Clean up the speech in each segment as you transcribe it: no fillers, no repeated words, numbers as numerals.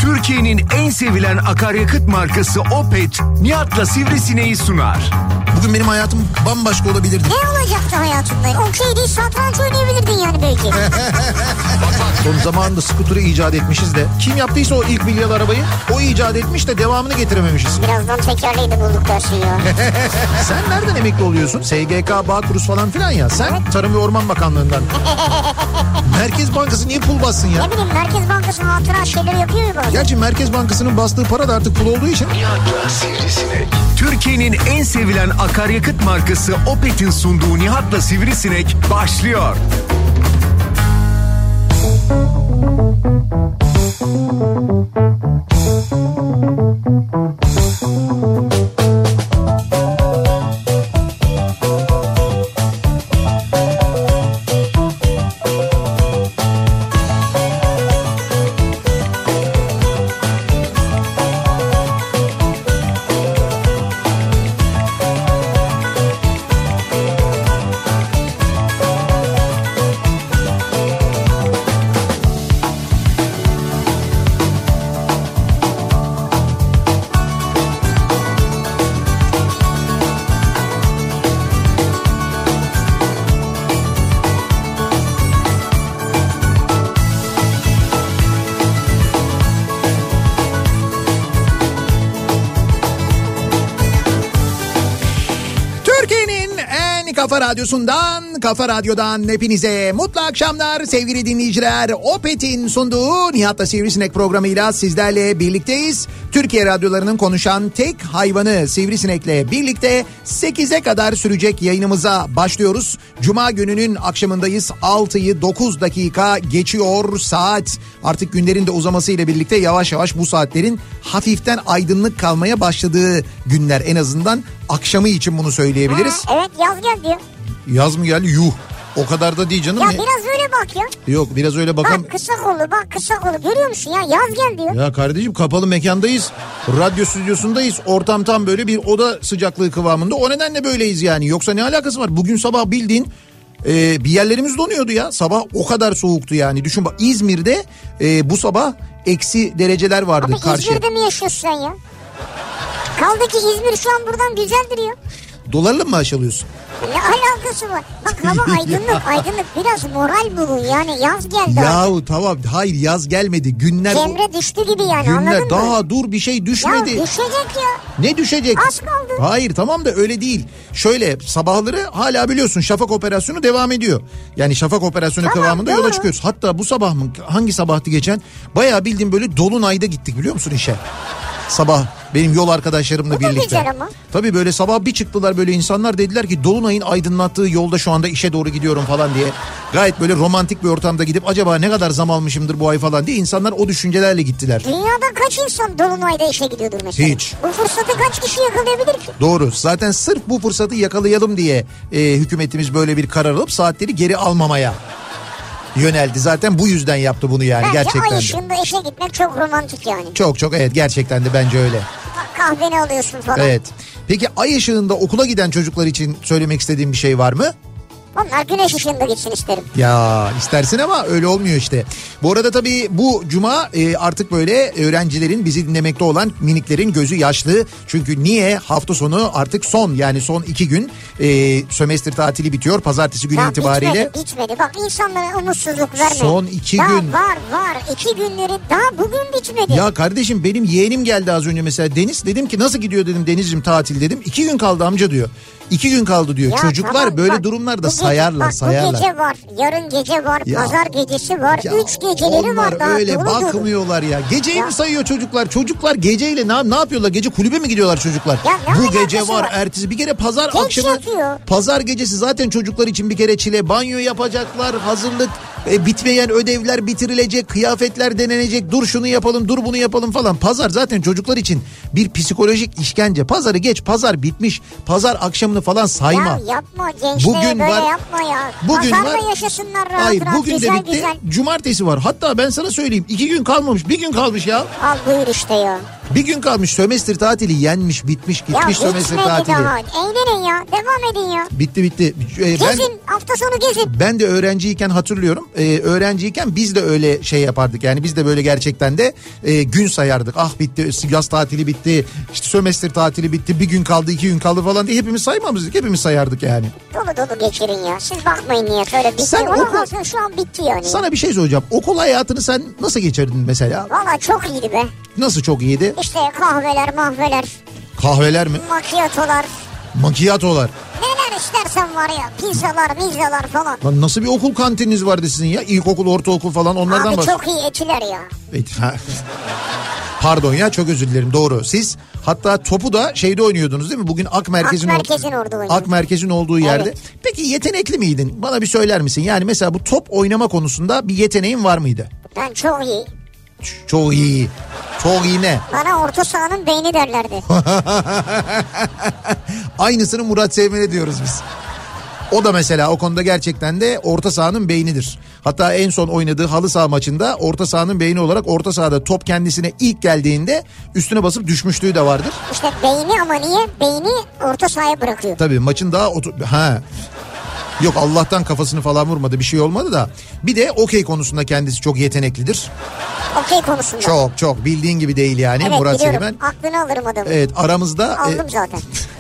Türkiye'nin en sevilen akaryakıt markası Opet, Nihat'la Sivrisineği sunar. Bugün benim hayatım bambaşka olabilirdi. Ne olacaktı hayatında? Okey değil, satranç oynayabilirdin yani belki. Son zamanında skuturu icat etmişiz de. Kim yaptıysa o ilk milyar arabayı o icat etmiş de devamını getirememişiz. Birazdan tekerleği de bulduk dersin ya. Sen nereden emekli oluyorsun? SGK, Bağkuruz falan filan ya. Sen evet. Tarım ve Orman Bakanlığı'ndan. Merkez Bankası niye pul bassın ya? Ne bileyim, Merkez Bankası hatıra şeyleri yapıyor ya bazen. Gerçi Merkez Bankası'nın bastığı para da artık pul olduğu için. Nihat'la Sivrisinek. Türkiye'nin en sevilen akaryakıt markası Opet'in sunduğu Nihat'la Sivrisinek başlıyor. Kafa Radyosu'ndan, Kafa Radyo'dan hepinize mutlu akşamlar sevgili dinleyiciler. Opet'in sunduğu Nihat'la Sivrisinek programıyla sizlerle birlikteyiz. Türkiye radyolarının konuşan tek hayvanı Sivrisinek'le birlikte 8'e kadar sürecek yayınımıza başlıyoruz. Cuma gününün akşamındayız. 6'yı 9 dakika geçiyor saat. Artık günlerin de uzamasıyla birlikte yavaş yavaş bu saatlerin hafiften aydınlık kalmaya başladığı günler, en azından akşamı için bunu söyleyebiliriz. Evet, yaz geldi. Yaz mı geldi? Yuh. O kadar da değil canım. Ya biraz öyle bak ya. Yok, biraz öyle bakalım. Bak kısa kolu görüyor musun ya, yaz geldi ya. Ya kardeşim, kapalı mekandayız. Radyo stüdyosundayız. Ortam tam böyle bir oda sıcaklığı kıvamında. O nedenle böyleyiz yani. Yoksa ne alakası var? Bugün sabah bildiğin bir yerlerimiz donuyordu ya. Sabah o kadar soğuktu yani. Düşün bak, İzmir'de bu sabah eksi dereceler vardı. Abi İzmir'de mi yaşıyorsun sen ya? Kaldı ki İzmir şu an buradan güzeldir ya. Dolarla mı maaş alıyorsun? Ne alakası var? Bak hava aydınlık. Biraz moral bulun yani, yaz geldi. Yahu tamam, hayır yaz gelmedi. Günler... Cemre düştü gibi yani, anladın mı? Daha dur, bir şey düşmedi. Ya düşecek ya. Ne düşecek? Az kaldı. Hayır tamam da öyle değil. Şöyle, sabahları hala biliyorsun Şafak operasyonu devam ediyor. Yani Şafak operasyonu kıvamında doğru. yola çıkıyoruz. Hatta bu sabah mı, hangi sabahtı geçen? Bayağı bildiğim böyle dolunayda gittik biliyor musun işe? Sabah benim yol arkadaşlarımla birlikte. Güzel ama. Tabii böyle sabah bir çıktılar böyle insanlar, dediler ki dolunayın aydınlattığı yolda şu anda işe doğru gidiyorum falan diye. Gayet böyle romantik bir ortamda gidip acaba ne kadar zam almışımdır bu ay falan diye insanlar o düşüncelerle gittiler. Dünyada kaç insan dolunayda işe gidiyordur mesela? Hiç. Bu fırsatı kaç kişi yakalayabilir ki? Doğru. Zaten sırf bu fırsatı yakalayalım diye hükümetimiz böyle bir karar alıp saatleri geri almamaya yöneldi. Zaten bu yüzden yaptı bunu yani. Bence gerçekten ay de. ışığında işe gitmek çok romantik yani. Çok evet, gerçekten de bence öyle. Kahveni alıyorsun falan. Evet. Peki ay ışığında okula giden çocuklar için söylemek istediğim bir şey var mı? Onlar güneş ışığında gitsin isterim. Ya istersin ama öyle olmuyor işte. Bu arada tabii bu cuma artık böyle öğrencilerin, bizi dinlemekte olan miniklerin gözü yaşlı. Çünkü niye? Hafta sonu artık son 2 gün sömestr tatili bitiyor. Pazartesi günü itibariyle. Bitmedi. Bak insanlara umutsuzluk verme. Son 2 daha gün. Var 2 günleri daha bugün bitmedi. Ya kardeşim, benim yeğenim geldi az önce mesela, Deniz. Dedim ki nasıl gidiyor dedim Denizciğim tatil dedim. 2 gün kaldı amca diyor. 2 gün kaldı diyor. Ya çocuklar tamam, böyle bak, durumlarda sayarlar. Bu gece var, yarın gece var, ya, pazar gecesi var, 3 geceleri var. Onlar öyle bakmıyorlar ya. Geceyi mi sayıyor çocuklar? Çocuklar geceyle ne yapıyorlar? Gece kulübe mi gidiyorlar çocuklar? Bu gece var, ertesi bir kere pazar akşamı. Yapıyor. Pazar gecesi zaten çocuklar için bir kere çile. Banyo yapacaklar, hazırlık, bitmeyen ödevler bitirilecek, kıyafetler denenecek. Dur şunu yapalım, dur bunu yapalım falan. Pazar zaten çocuklar için bir psikolojik işkence. Pazarı geç, pazar bitmiş. Pazar akşamını falan sayma. Ya yapma gençlere, bugün böyle var, yapma ya. Bugün Pazarda yaşasınlar rahat. Hayır, rahat, bugün güzel, de bitti. Güzel. Cumartesi var. Hatta ben sana söyleyeyim, 2 gün kalmamış, 1 gün kalmış ya. Al buyur işte ya. Bir gün kalmış sömestr tatili, yenmiş bitmiş gitmiş sömestr tatili. Ya daha. Eğlenin ya, devam edin ya. Bitti. Gezin, hafta sonu gezin. Ben de öğrenciyken hatırlıyorum. Öğrenciyken biz de öyle şey yapardık. Yani biz de böyle gerçekten de gün sayardık. Ah bitti, yaz tatili bitti, işte sömestr tatili bitti, bir gün kaldı, 2 gün kaldı falan diye hepimiz saymamızdık. Hepimiz sayardık yani. Dolu geçirin ya. Siz bakmayın niye böyle bitti. Sen şu an bitti yani. Sana bir şey soracağım. Okul hayatını sen nasıl geçirdin mesela? Valla çok iyiydi be. Nasıl çok iyiydi? İşte kahveler, mahveler. Kahveler mi? Makyatolar. Makyatolar. Neler istersen var ya. Pizzalar falan. Lan nasıl bir okul kantininiz vardı sizin ya? İlkokul, ortaokul falan onlardan Abi çok iyi etiler ya. Pardon ya, çok özür dilerim, doğru. Siz hatta topu da şeyde oynuyordunuz değil mi? Bugün Ak Merkez'in olduğu yerde. Evet. Peki yetenekli miydin? Bana bir söyler misin? Yani mesela bu top oynama konusunda bir yeteneğin var mıydı? Ben çok iyi. Çok iyi. Çok iyi ne? Bana orta sahanın beyni derlerdi. Aynısını Murat Seymen'e diyoruz biz. O da mesela o konuda gerçekten de orta sahanın beynidir. Hatta en son oynadığı halı saha maçında orta sahanın beyni olarak orta sahada top kendisine ilk geldiğinde üstüne basıp düşmüşlüğü de vardır. İşte beyni, ama niye? Beyni orta sahaya bırakıyor. Tabii maçın daha... Yok, Allah'tan kafasını falan vurmadı, bir şey olmadı da. Bir de okey konusunda kendisi çok yeteneklidir. Okey konusunda. Çok bildiğin gibi değil yani evet, Murat biliyorum. Seymen. Aklını alırım adamı. Evet, aramızda... Aldım zaten.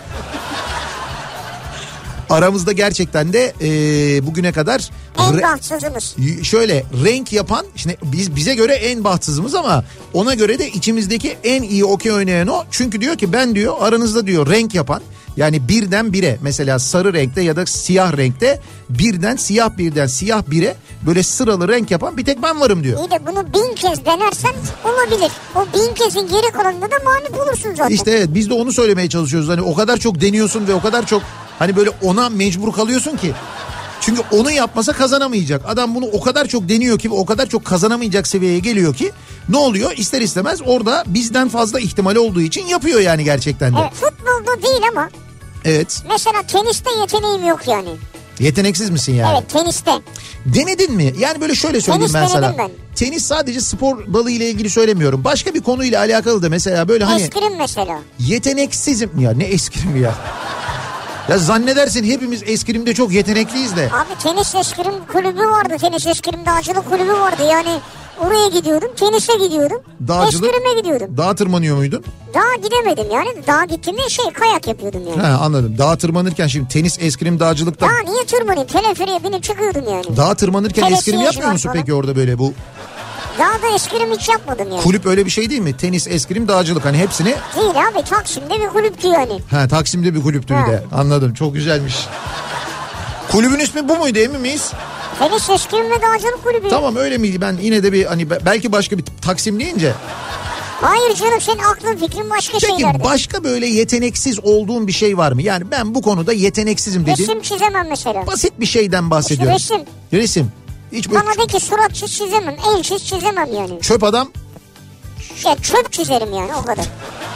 Aramızda gerçekten de bugüne kadar... En bahtsızımız. Şöyle renk yapan, şimdi bize göre en bahtsızımız ama ona göre de içimizdeki en iyi okey oynayan o. Çünkü diyor ki ben diyor aranızda diyor renk yapan, yani birden bire, mesela sarı renkte ya da siyah renkte birden siyah bire böyle sıralı renk yapan bir tek ben varım diyor. İyi de bunu 1000 kez denersen olabilir. O 1000 kezin geri kalanında da mağlup olursun zaten. İşte evet, biz de onu söylemeye çalışıyoruz. Hani o kadar çok deniyorsun ve o kadar çok hani böyle ona mecbur kalıyorsun ki. Çünkü onu yapmasa kazanamayacak. Adam bunu o kadar çok deniyor ki, o kadar çok kazanamayacak seviyeye geliyor ki ne oluyor? İster istemez orada bizden fazla ihtimali olduğu için yapıyor yani gerçekten de. Evet, futbolda değil ama. Evet. Mesela teniste yeteneğim yok yani. Yeteneksiz misin yani? Evet, teniste. Denedin mi? Yani böyle şöyle söyleyeyim ben sana. Ben. Tenis sadece spor dalı ile ilgili söylemiyorum. Başka bir konuyla alakalı da mesela böyle hani. Eskrim mesela. Yeteneksizim ya, ne eskrim ya? Ya zannedersin hepimiz eskrimde çok yetenekliyiz de. Abi tenis eskrim kulübü vardı. Tenis eskrim dağcılık kulübü vardı. Yani oraya gidiyordum. Tenise gidiyordum. Eskrime gidiyordum. Dağa tırmanıyor muydun? Dağa gidemedim yani. Dağa gittiğimde kayak yapıyordum yani. Ha, anladım. Dağa tırmanırken şimdi tenis, eskrim, dağcılıkta. Dağa niye tırmanayım? Teleferiye binip çıkıyordum yani. Dağa tırmanırken eskrim yapmıyor musun peki orada böyle bu? Dağda eskrim hiç yapmadım yani. Kulüp öyle bir şey değil mi? Tenis, eskrim, dağcılık, hani hepsini. Değil abi, Taksim'de bir kulüptü yani. Ha, Taksim'de bir kulüptü bir de. Anladım, çok güzelmiş. Kulübün ismi bu muydu, emin miyiz? Tenis, eskrim ve dağcılık kulübü. Tamam, öyle miydi? Ben yine de bir hani belki başka bir Taksim deyince. Hayır canım, senin aklın fikrin başka şeylerde. Peki başka böyle yeteneksiz olduğun bir şey var mı? Yani ben bu konuda yeteneksizim dedin. Resim çizemem mesela. Basit bir şeyden bahsediyorum. İşte resim. Hiç böyle... Bana de ki surat çizemem, el çizemem yani. Çöp adam? Ya çöp çizerim yani, o kadar.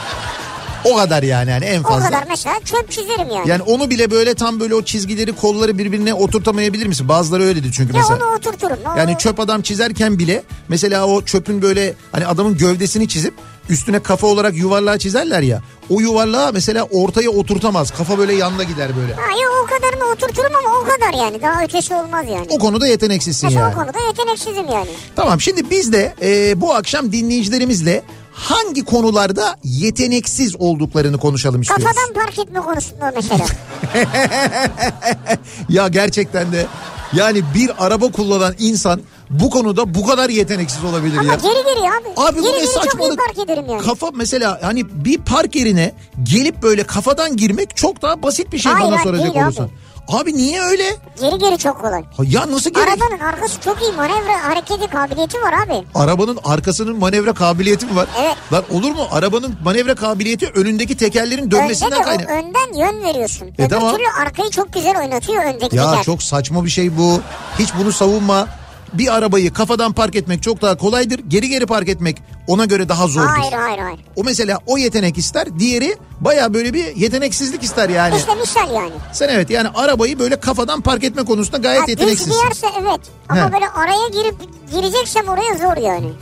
O kadar yani en fazla. O kadar mesela çöp çizerim yani. Yani onu bile böyle tam böyle o çizgileri, kolları birbirine oturtamayabilir misin? Bazıları öyle dedi çünkü mesela. Ya onu oturturum. Yani çöp adam çizerken bile mesela o çöpün böyle hani adamın gövdesini çizip üstüne kafa olarak yuvarlağı çizerler ya. O yuvarlağı mesela ortaya oturtamaz. Kafa böyle yanda gider böyle. Ha yok, o kadarını oturturum ama o kadar yani. Daha ötesi olmaz yani. O konuda yeteneksizsin mesela yani. O konuda yeteneksizim yani. Tamam, şimdi biz de bu akşam dinleyicilerimizle hangi konularda yeteneksiz olduklarını konuşalım istiyoruz. Kafadan park etme konusunda mesela. Ya gerçekten de yani bir araba kullanan insan bu konuda bu kadar yeteneksiz olabilir ama ya. Ama geri abi. Abi bu ne saçmalık. Çok iyi park ederim yani. Kafa mesela hani bir park yerine gelip böyle kafadan girmek çok daha basit bir şey. Hayır, bana soracak olursan. Abi niye öyle? Geri çok kolay. Ya nasıl geri? Arabanın arkası çok iyi manevra hareketi kabiliyeti var abi. Arabanın arkasının manevra kabiliyeti mi var? Evet. Lan olur mu? Arabanın manevra kabiliyeti önündeki tekerlerin dönmesinden kaynaklı. Önden yön veriyorsun. Tamam. Bir türlü arkayı çok güzel oynatıyor öndeki ya teker. Çok saçma bir şey bu. Hiç bunu savunma. Bir arabayı kafadan park etmek çok daha kolaydır. Geri park etmek ona göre daha zordur. Hayır. O mesela o yetenek ister. Diğeri baya böyle bir yeteneksizlik ister yani. İşte misal yani. Sen evet yani arabayı böyle kafadan park etme konusunda gayet yeteneksizsin. Düz giyerse evet. Ama böyle araya gireceksem oraya zor yani.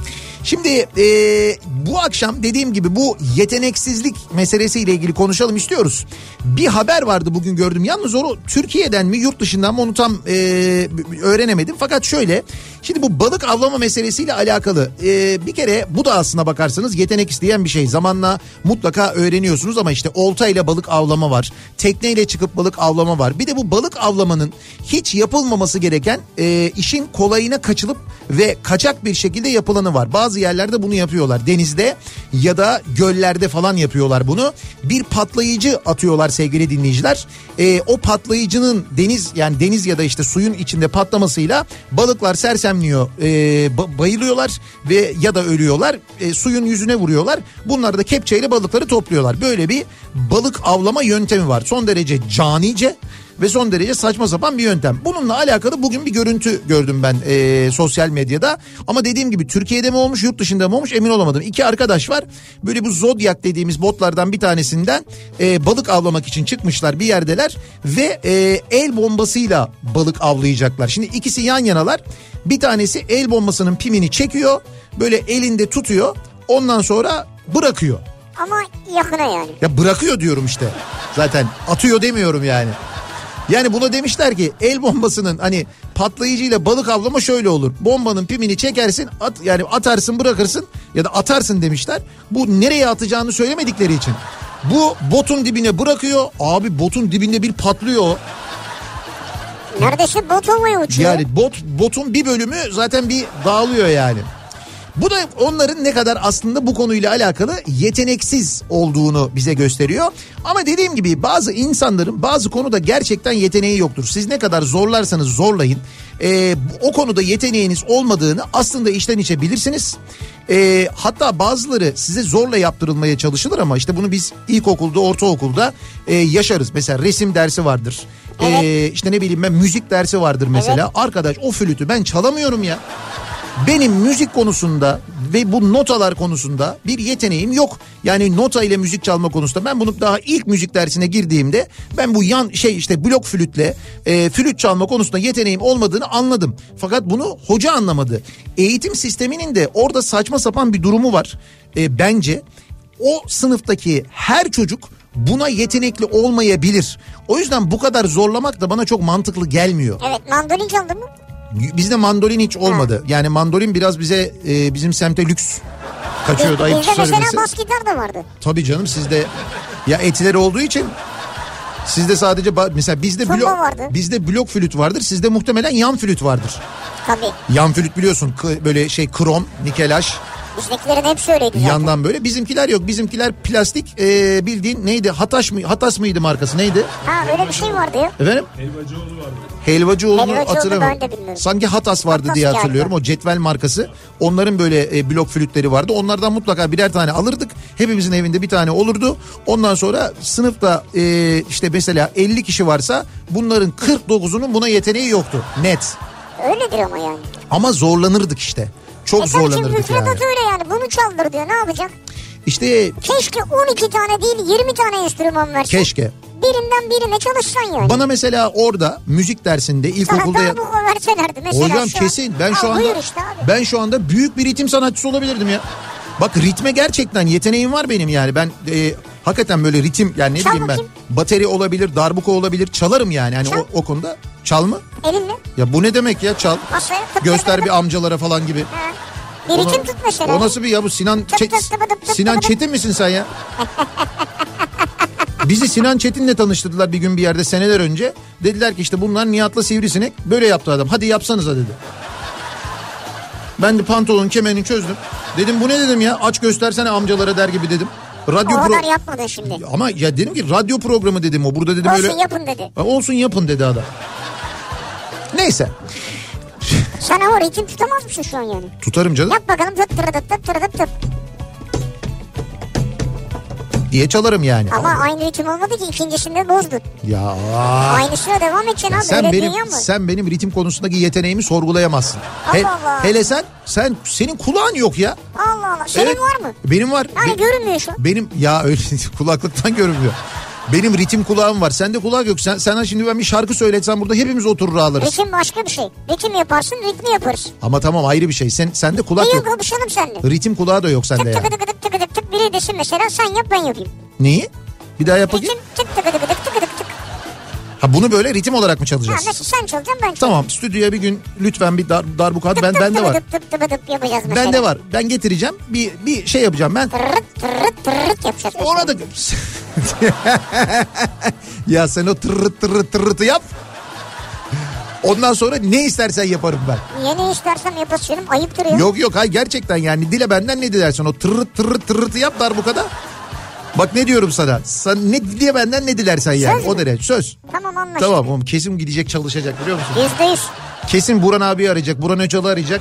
Şimdi bu akşam dediğim gibi bu yeteneksizlik meselesiyle ilgili konuşalım istiyoruz. Bir haber vardı bugün gördüm. Yalnız onu Türkiye'den mi yurt dışından mı onu tam öğrenemedim. Fakat şöyle, şimdi bu balık avlama meselesiyle alakalı bir kere bu da aslına bakarsanız yetenek isteyen bir şey. Zamanla mutlaka öğreniyorsunuz ama işte oltayla balık avlama var. Tekneyle çıkıp balık avlama var. Bir de bu balık avlamanın hiç yapılmaması gereken işin kolayına kaçılıp ve kaçak bir şekilde yapılanı var. Bazı yerlerde bunu yapıyorlar. Denizde ya da göllerde falan yapıyorlar bunu. Bir patlayıcı atıyorlar sevgili dinleyiciler. O patlayıcının deniz ya da işte suyun içinde patlamasıyla balıklar sersemliyor, bayılıyorlar ve ya da ölüyorlar. Suyun yüzüne vuruyorlar. Bunlar da kepçeyle balıkları topluyorlar. Böyle bir balık avlama yöntemi var. Son derece canice ve son derece saçma sapan bir yöntem. Bununla alakalı bugün bir görüntü gördüm ben sosyal medyada. Ama dediğim gibi Türkiye'de mi olmuş yurt dışında mı olmuş emin olamadım. İki arkadaş var, böyle bu Zodiac dediğimiz botlardan bir tanesinden balık avlamak için çıkmışlar, bir yerdeler ve el bombasıyla balık avlayacaklar. Şimdi ikisi yan yanalar, bir tanesi el bombasının pimini çekiyor, böyle elinde tutuyor, ondan sonra bırakıyor. Ama yakına yani. Ya bırakıyor diyorum işte, zaten atıyor demiyorum yani. Yani buna demişler ki el bombasının hani patlayıcıyla balık avlama şöyle olur. Bombanın pimini çekersin, yani atarsın bırakırsın ya da atarsın demişler. Bu nereye atacağını söylemedikleri için. Bu botun dibine bırakıyor. Abi botun dibinde bir patlıyor. Neredeyse bot havaya uçuyor. Yani botun bir bölümü zaten bir dağılıyor yani. Bu da onların ne kadar aslında bu konuyla alakalı yeteneksiz olduğunu bize gösteriyor. Ama dediğim gibi bazı insanların bazı konuda gerçekten yeteneği yoktur. Siz ne kadar zorlarsanız zorlayın, o konuda yeteneğiniz olmadığını aslında içten içe bilirsiniz. Hatta bazıları size zorla yaptırılmaya çalışılır ama işte bunu biz ilkokulda, ortaokulda yaşarız. Mesela resim dersi vardır. Evet. İşte ne bileyim ben, müzik dersi vardır mesela. Evet. Arkadaş o flütü ben çalamıyorum ya. Benim müzik konusunda ve bu notalar konusunda bir yeteneğim yok. Yani nota ile müzik çalma konusunda ben bunu daha ilk müzik dersine girdiğimde ben bu işte blok flütle flüt çalma konusunda yeteneğim olmadığını anladım. Fakat bunu hoca anlamadı. Eğitim sisteminin de orada saçma sapan bir durumu var. Bence o sınıftaki her çocuk buna yetenekli olmayabilir. O yüzden bu kadar zorlamak da bana çok mantıklı gelmiyor. Evet, mandolin çaldın mı? Bizde mandolin hiç olmadı. Ha. Yani mandolin biraz bize bizim semte lüks kaçıyordu. Bizde mesela bas gitar da vardı. Tabii canım, sizde ya Etiler olduğu için sizde sadece mesela bizde blok flüt vardır. Sizde muhtemelen yan flüt vardır. Tabii. Yan flüt biliyorsun, böyle krom, nikelaj. Bizdekilerin hepsi öyleydi zaten. Yandan böyle. Bizimkiler yok. Bizimkiler plastik, bildiğin neydi? Hatas mıydı markası, neydi? Ha, öyle bir şey vardı ya. Efendim? Helvacıoğlu vardı. Helvacıoğlu'nu hatırlamıyorum. Ben de bilmiyorum. Sanki Hatas vardı diye hatırlıyorum. O cetvel markası. Onların böyle blok flütleri vardı. Onlardan mutlaka birer tane alırdık. Hepimizin evinde bir tane olurdu. Ondan sonra sınıfta işte mesela 50 kişi varsa bunların 49'unun buna yeteneği yoktu. Net. Öyledir ama yani. Ama zorlanırdık işte. Çok zorlanırdık yani. Müfredat öyle yani. Bunu çaldır diyor. Ne yapacak? İşte keşke 12 tane değil 20 tane enstrüman versin. Keşke. Birinden birine çalışsan yani. Bana mesela orada müzik dersinde ilkokulda... Sana darbuka verselerdi mesela. Hocam kesin. Ben şu anda büyük bir ritim sanatçısı olabilirdim ya. Bak ritme gerçekten yeteneğim var benim yani. Ben hakikaten böyle ritim, yani ne bileyim ben. Bateri olabilir, darbuka olabilir, çalarım yani. Hani o konuda. Çal mı? Elinle. Ya bu ne demek ya, çal. Nasıl? Göster bir amcalara falan gibi. Ha. Bir ritim tut mesela. O nasıl bir ya, bu Sinan Çetin misin sen ya? Bizi Sinan Çetin'le tanıştırdılar bir gün bir yerde seneler önce. Dediler ki işte bunlar Nihat'la Sivrisinek, böyle yaptı adam. Hadi yapsanıza dedi. Ben de pantolonun kemerini çözdüm. Dedim bu ne dedim ya, aç göstersene amcalara der gibi dedim. O kadar yapmadın şimdi. Ama ya dedim ki radyo programı dedim o. Burada dedim olsun, öyle. Yapın dedi. Olsun yapın dedi adam. Neyse. Sen o ritim tutamaz mısın şu an yani? Tutarım canım. Yap bakalım, tıp tırıdıp tıp tırıdıp tıp diye çalarım yani. Ama aynı ritim olmadı ki, ikincisinde bozdun. Ya. Aynısına devam edeceksin abi. Sen benim ritim konusundaki yeteneğimi sorgulayamazsın. Allah. Hele senin kulağın yok ya. Allah Allah. Senin var mı? Benim var. Yani görünmüyor şu an. Benim ya öyle kulaklıktan görünmüyor. Benim ritim kulağım var. Sende kulak yok. Sana şimdi ben bir şarkı söyletsem burada hepimiz oturur ağlarız. Ritim başka bir şey. Ritim yaparsın, ritmi yaparız. Ama tamam, ayrı bir şey. Sende kulak yok. Yok konuşalım seninle. Ritim kulağı da yok sende ya. Tık tık tık tık tık tık biri desin mesela, sen yap ben yapayım. Neyi? Bir daha yap bakayım. Ritim tık tık tık tık tık tık tık. Ha, bunu böyle ritim olarak mı çalacağız? Ha, mesela sen çalacaksın, ben çalacağım. Tamam, stüdyoya bir gün lütfen bir darbuka at. Bende var. Tıp tıp tıp yapacağız mesela. Bende var. Ben getireceğim. Bir şey yapacağım ben. Tırırt tırırt tırırt yapacağız mesela. Ona da... Ya sen o tırırt tırırt tırırtı yap. Ondan sonra ne istersen yaparım ben. Niye ne istersem yapasıyorum, ayıptır ya. Yok hayır, gerçekten yani dile benden ne dilersen o tırırt tırırt tırırtı yap darbukada. Bak ne diyorum sana. Sen ne diye benden ne dilersen yani. Söz o mü? derece. Söz. Tamam, anlaştık. Tamam oğlum, kesin gidecek çalışacak biliyor musun? %100. Kesin Burhan abi arayacak. Burhan Öcal'ı arayacak.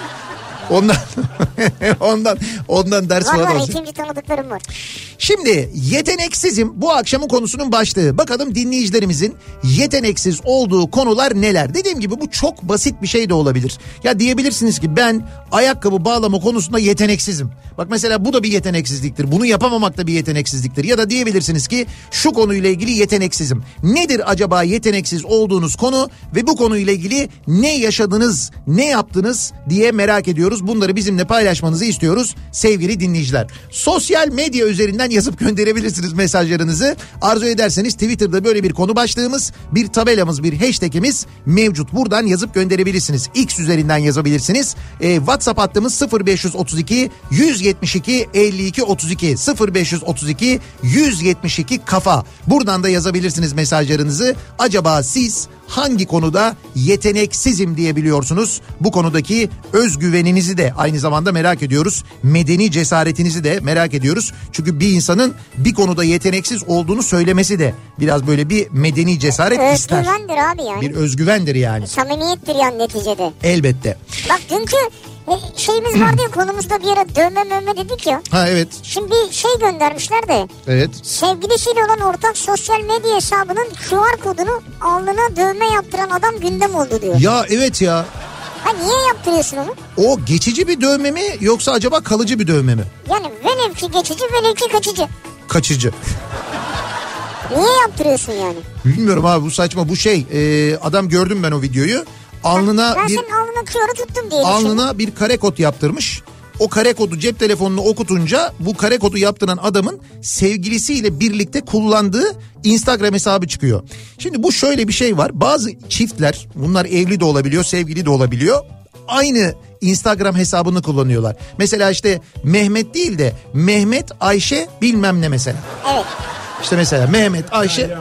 Ondan ders falan Var alacak. ikinci tanıdıklarım var. Şimdi yeteneksizim bu akşamın konusunun başlığı. Bakalım dinleyicilerimizin yeteneksiz olduğu konular neler? Dediğim gibi bu çok basit bir şey de olabilir. Ya diyebilirsiniz ki ben ayakkabı bağlama konusunda yeteneksizim. Bak mesela bu da bir yeteneksizliktir. Bunu yapamamak da bir yeteneksizliktir. Ya da diyebilirsiniz ki şu konuyla ilgili yeteneksizim. Nedir acaba yeteneksiz olduğunuz konu ve bu konuyla ilgili ne yaşadınız, ne yaptınız diye merak ediyoruz. Bunları bizimle paylaşmanızı istiyoruz sevgili dinleyiciler. Sosyal medya üzerinden yazıp gönderebilirsiniz mesajlarınızı. Arzu ederseniz Twitter'da böyle bir konu başlığımız, bir tabelamız, bir hashtagimiz mevcut. Buradan yazıp gönderebilirsiniz. X üzerinden yazabilirsiniz. WhatsApp hattımız 0532 172 52 32 0532 172 kafa. Buradan da yazabilirsiniz mesajlarınızı. Acaba siz hangi konuda yeteneksizim diyebiliyorsunuz? Bu konudaki özgüveninizi de aynı zamanda merak ediyoruz. Medeni cesaretinizi de merak ediyoruz. Çünkü bir insanın bir konuda yeteneksiz olduğunu söylemesi de biraz böyle bir medeni cesaret ister. Özgüvendir abi yani. Bir özgüvendir yani. Samimiyettir yani neticede. Elbette. Bak dünkü şeyimiz vardı ya, konumuzda bir ara dövme dedik ya. Ha evet. Şimdi bir şey göndermişler de. Evet. Sevgilisiyle olan ortak sosyal medya hesabının QR kodunu alnına dövme yaptıran adam gündem oldu diyor. Ya evet ya. Ha niye yaptırıyorsun onu? O geçici bir dövme mi yoksa acaba kalıcı bir dövme mi? Yani velev ki geçici, velev ki kaçıcı. Kaçıcı. Niye yaptırıyorsun yani? Bilmiyorum abi, bu saçma, bu şey adam, gördüm ben o videoyu. Alnına ben bir senin alnına QR'ı tuttum diye alnına bir kare kod yaptırmış. O kare kodu cep telefonuna okutunca bu kare kodu yaptıran adamın sevgilisiyle birlikte kullandığı Instagram hesabı çıkıyor. Şimdi bu şöyle bir şey var. Bazı çiftler, bunlar evli de olabiliyor, sevgili de olabiliyor, aynı Instagram hesabını kullanıyorlar. Mesela işte Mehmet değil de Mehmet Ayşe bilmem ne mesela. Evet. İşte mesela Mehmet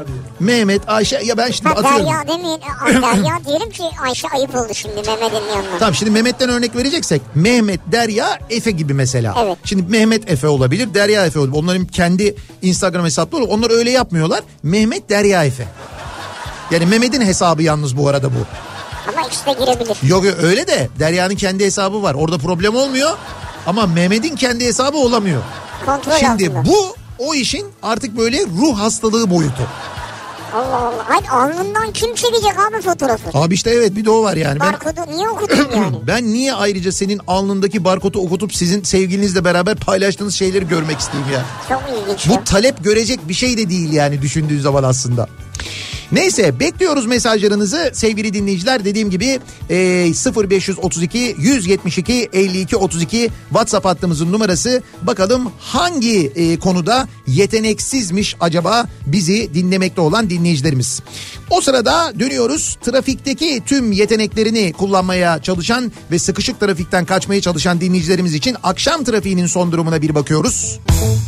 Ayşe ya ben şimdi atıyorum. Derya demeyin. Derya diyelim ki Ayşe ayıp oldu şimdi Mehmet'in yanına. Tamam, şimdi Mehmet'ten örnek vereceksek Mehmet, Derya, Efe gibi mesela. Evet. Şimdi Mehmet Efe olabilir, Derya Efe olabilir. Onların kendi Instagram hesapları olur. Onlar öyle yapmıyorlar. Mehmet, Derya, Efe. Yani Mehmet'in hesabı yalnız bu arada bu. Ama ikisi de girebilir. Yok öyle de Derya'nın kendi hesabı var. Orada problem olmuyor. Ama Mehmet'in kendi hesabı olamıyor. Kontrol şimdi altında. Bu o işin artık böyle ruh hastalığı boyutu. Allah Allah. Hayır, alnından kim çekecek abi fotoğrafı? Abi işte evet, bir de o var yani. Barkodu niye okudun yani? Ben niye ayrıca senin alnındaki barkodu okutup sizin sevgilinizle beraber paylaştığınız şeyleri görmek isteyeyim ya? Çok ilginç. Bu talep görecek bir şey de değil yani düşündüğün zaman aslında. Neyse, bekliyoruz mesajlarınızı sevgili dinleyiciler. Dediğim gibi 0532 172 52 32 WhatsApp hattımızın numarası. Bakalım hangi konuda yeteneksizmiş acaba bizi dinlemekte olan dinleyicilerimiz. O sırada dönüyoruz. Trafikteki tüm yeteneklerini kullanmaya çalışan ve sıkışık trafikten kaçmaya çalışan dinleyicilerimiz için akşam trafiğinin son durumuna bir bakıyoruz.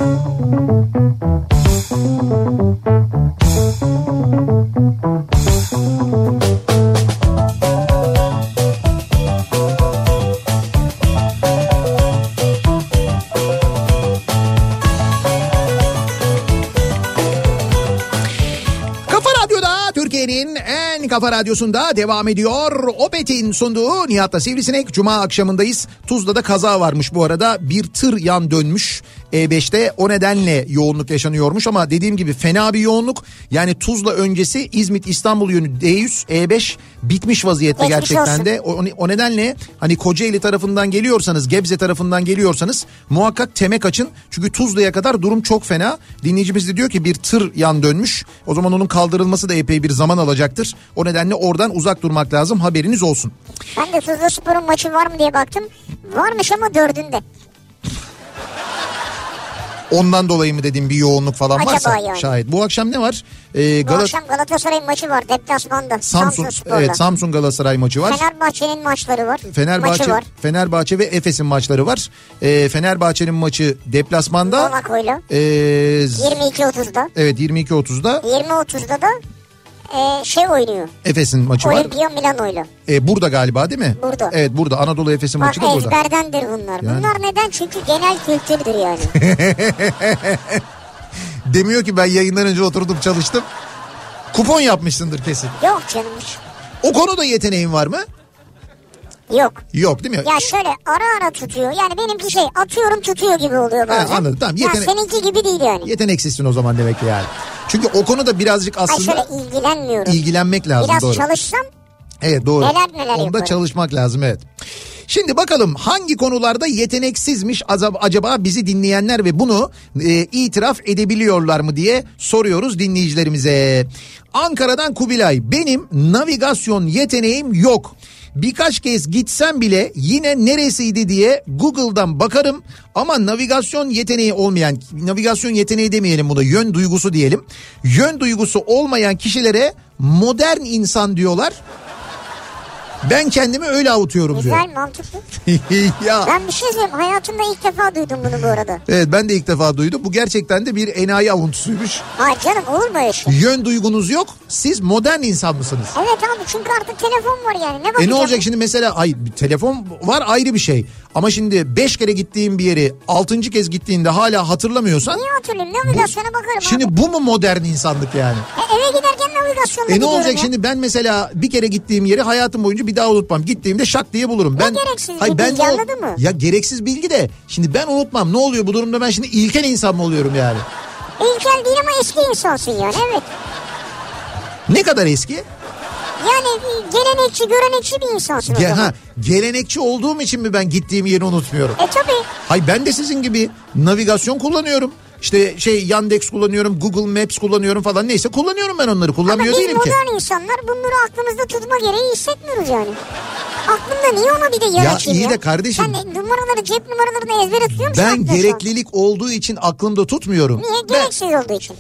Kafa Radyosu'nda devam ediyor. Opet'in sunduğu Nihat'la Sivrisinek. Cuma akşamındayız. Tuzla'da kaza varmış bu arada. Bir tır yan dönmüş. E5'te o nedenle yoğunluk yaşanıyormuş ama dediğim gibi fena bir yoğunluk. Yani Tuzla öncesi İzmit İstanbul yönü D100 E5 bitmiş vaziyette gerçekten de. O nedenle hani Kocaeli tarafından geliyorsanız, Gebze tarafından geliyorsanız muhakkak Temek açın. Çünkü Tuzla'ya kadar durum çok fena. Dinleyicimiz de diyor ki bir tır yan dönmüş. O zaman onun kaldırılması da epey bir zaman alacaktır. O nedenle oradan uzak durmak lazım, haberiniz olsun. Ben de Tuzlaspor'un maçı var mı diye baktım. Varmış ama 4'ünde. Ondan dolayı mı dediğim bir yoğunluk falan acaba varsa yani. şayet. Bu akşam ne var? Bu akşam Galatasaray'ın maçı var deplasmanda. Samsunspor'da. Evet, Samsun Galatasaray maçı var. Fenerbahçe'nin maçları var. Fenerbahçe ve Efes'in maçları var. Fenerbahçe'nin maçı deplasmanda. Monaco'yla. 22.30'da. Evet, 22.30'da. 20.30'da da oynuyor. Efes'in maçı var. Olimpia Milano'yla. Burada galiba değil mi? Burada. Evet, burada. Anadolu Efes'in maçı da burada. Bak ezberdendir bunlar. Yani. Bunlar neden? Çünkü genel kültürdür yani. Demiyor ki ben yayından önce oturdum çalıştım. Kupon yapmışsındır kesin. Yok canım hiç. O konuda yeteneğin var mı? Yok. Yok değil mi? Ya şöyle ara tutuyor. Yani benimki atıyorum tutuyor gibi oluyor bazen. Anladım, tamam. Ya seninki gibi değil yani. Yeteneksizsin o zaman demek ki yani. Çünkü o konuda birazcık aslında... Ay şöyle ilgilenmiyorum. İlgilenmek lazım, biraz doğru. Biraz çalışsam... Evet, doğru. Neler onda yaparım. Çalışmak lazım, evet. Şimdi bakalım hangi konularda yeteneksizmiş acaba bizi dinleyenler ve bunu itiraf edebiliyorlar mı diye soruyoruz dinleyicilerimize. Ankara'dan Kubilay, benim navigasyon yeteneğim yok. Birkaç kez gitsem bile yine neresiydi diye Google'dan bakarım ama navigasyon yeteneği demeyelim buna, yön duygusu diyelim. Yön duygusu olmayan kişilere modern insan diyorlar. Ben kendimi öyle avutuyorum güzel, diyor. Güzel, mantıklı. Ya. Ben bir şey söyleyeyim, hayatımda ilk defa duydum bunu bu arada. Evet, ben de ilk defa duydum. Bu gerçekten de bir enayi avuntusuymuş. Hayır canım, olur mu öyle şey? Yön duygunuz yok, siz modern insan mısınız? Evet abi, çünkü artık telefon var yani. Ne bakacağım? Ne olacak şimdi mesela, telefon var ayrı bir şey. Ama şimdi 5 kere gittiğim bir yeri 6. kez gittiğinde hala hatırlamıyorsan. Niye hatırlayayım? Navigasyona bakarım şimdi abi. Bu mu modern insanlık yani? Eve giderken navigasyonla ne olacak ya. şimdi, ben mesela bir kere gittiğim yeri hayatım boyunca bir daha unutmam. Gittiğimde şak diye bulurum. Ne gereksiz bir bilgi, anladın mı? Ya gereksiz bilgi de şimdi ben unutmam. Ne oluyor bu durumda, ben şimdi ilkel insan mı oluyorum yani? İlkel değil ama eski insansın yani, evet. Ne kadar eski? Yani gelenekçi, görenekçi bir insansın o zaman. Gelenekçi olduğum için mi ben gittiğim yeri unutmuyorum? Tabii. Hayır, ben de sizin gibi navigasyon kullanıyorum. İşte Yandex kullanıyorum, Google Maps kullanıyorum falan, neyse kullanıyorum ben onları. Kullanmıyor değilim ki. Ama biz modern insanlar bunları aklımızda tutma gereği hissetmiyoruz yani. Aklımda niye ona bir de yer açayım ya? İyi de kardeşim. Sen numaraları, cep numaralarını ezbere tutuyor musun? Ben gereklilik olduğu için aklımda tutmuyorum. Niye? Gereksiz olduğu için.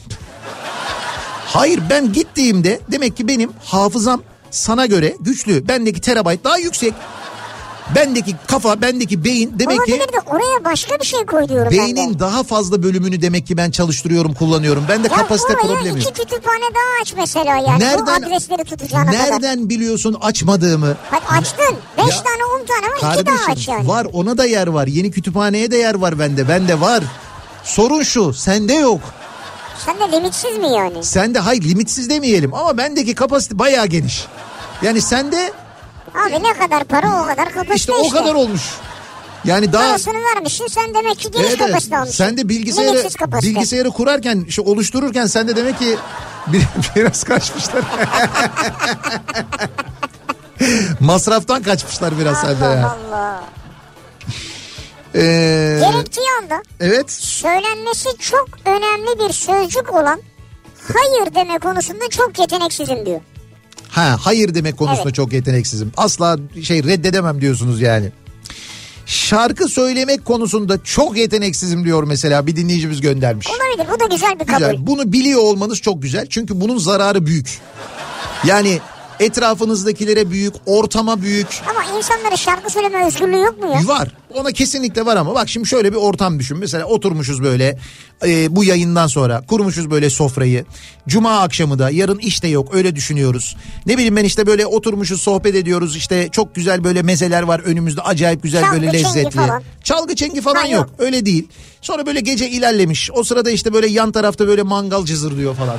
Hayır, ben gittiğimde demek ki benim hafızam sana göre güçlü. Bendeki terabayt daha yüksek. Bendeki kafa, bendeki beyin demek ki... Olabilir de oraya başka bir şey koy diyorum ben de. Beynin daha fazla bölümünü demek ki ben çalıştırıyorum, kullanıyorum. Bende kapasite problemi. Ya oraya 2 kütüphane daha aç mesela yani. Bu adresleri tutacağına kadar. Nereden biliyorsun açmadığımı? Hadi açtın. 5 tane 10 tane var, 2 daha aç yani. Var, ona da yer var. Yeni kütüphaneye de yer var bende. Bende var. Sorun şu, sende yok. Sende limitsiz mi yani? Sende, hayır limitsiz demeyelim ama bendeki kapasite bayağı geniş. Yani sende... Abi ne kadar para o kadar kapasite işte. O kadar olmuş. Yani daha... Parasını vermişsin sen, demek ki geniş kapasite almışsın. Sen de bilgisayarı kurarken, oluştururken sen de demek ki biraz kaçmışlar. Masraftan kaçmışlar biraz sende ya. Allah Allah. Gerektiği anda söylenmesi çok önemli bir sözcük olan hayır deme konusunda çok yeteneksizim diyor. Hayır demek konusunda çok yeteneksizim. Asla reddedemem diyorsunuz yani. Şarkı söylemek konusunda çok yeteneksizim diyor mesela, bir dinleyicimiz göndermiş. Olabilir, bu da güzel bir kabul. Güzel. Bunu biliyor olmanız çok güzel. Çünkü bunun zararı büyük. Yani etrafınızdakilere büyük, ortama büyük. Ama insanların şarkı söyleme özgürlüğü yok mu ya? Var. Ona kesinlikle var ama bak şimdi şöyle bir ortam düşün. Mesela oturmuşuz böyle bu yayından sonra, kurmuşuz böyle sofrayı. Cuma akşamı da, yarın işte yok, öyle düşünüyoruz. Ne bileyim ben, işte böyle oturmuşuz, sohbet ediyoruz. İşte çok güzel böyle mezeler var önümüzde, acayip güzel, çalgı, böyle lezzetli. Falan. Çalgı çengi falan yok. Öyle değil. Sonra böyle gece ilerlemiş. O sırada işte böyle yan tarafta böyle mangal cızır diyor falan.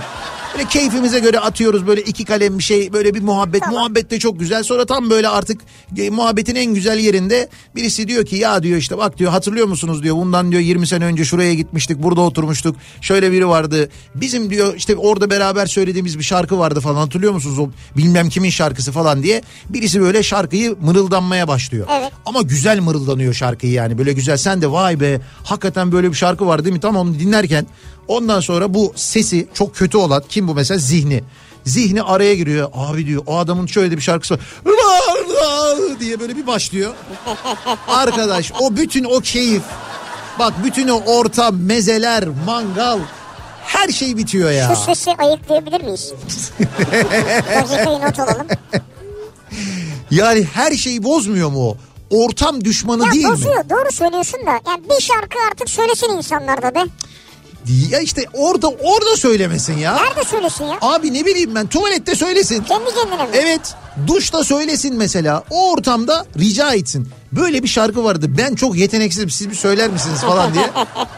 Böyle keyfimize göre atıyoruz böyle 2 kalem bir şey, böyle bir muhabbet. Tamam. Muhabbet de çok güzel. Sonra tam böyle artık muhabbetin en güzel yerinde birisi diyor ki ya diyor işte bak diyor hatırlıyor musunuz diyor. Bundan diyor 20 sene önce şuraya gitmiştik, burada oturmuştuk. Şöyle biri vardı. Bizim diyor işte orada beraber söylediğimiz bir şarkı vardı falan, hatırlıyor musunuz o bilmem kimin şarkısı falan diye. Birisi böyle şarkıyı mırıldanmaya başlıyor. Evet. Ama güzel mırıldanıyor şarkıyı yani, böyle güzel. Sen de vay be hakikaten böyle bir şarkı var değil mi? Tam onu dinlerken ondan sonra bu sesi çok kötü olan kim bu mesela? Zihni araya giriyor. Abi diyor o adamın şöyle bir şarkısı var diye böyle bir başlıyor. Arkadaş o bütün o keyif, bak bütün o ortam, mezeler, mangal, her şey bitiyor ya. Şu sesi ayıklayabilir miyiz? Dakikayı not alalım. Yani her şeyi bozmuyor mu o? Ortam düşmanı ya değil bozuyor, mi? doğru söylüyorsun da. Yani bir şarkı artık söylesin insanlar da be. Ya işte orada söylemesin ya. Nerede söylesin ya? Abi ne bileyim ben, tuvalette söylesin. Kendi kendine mi? Evet, duşta söylesin mesela. O ortamda rica etsin. Böyle bir şarkı vardı, ben çok yeteneksizim, siz bir söyler misiniz falan diye.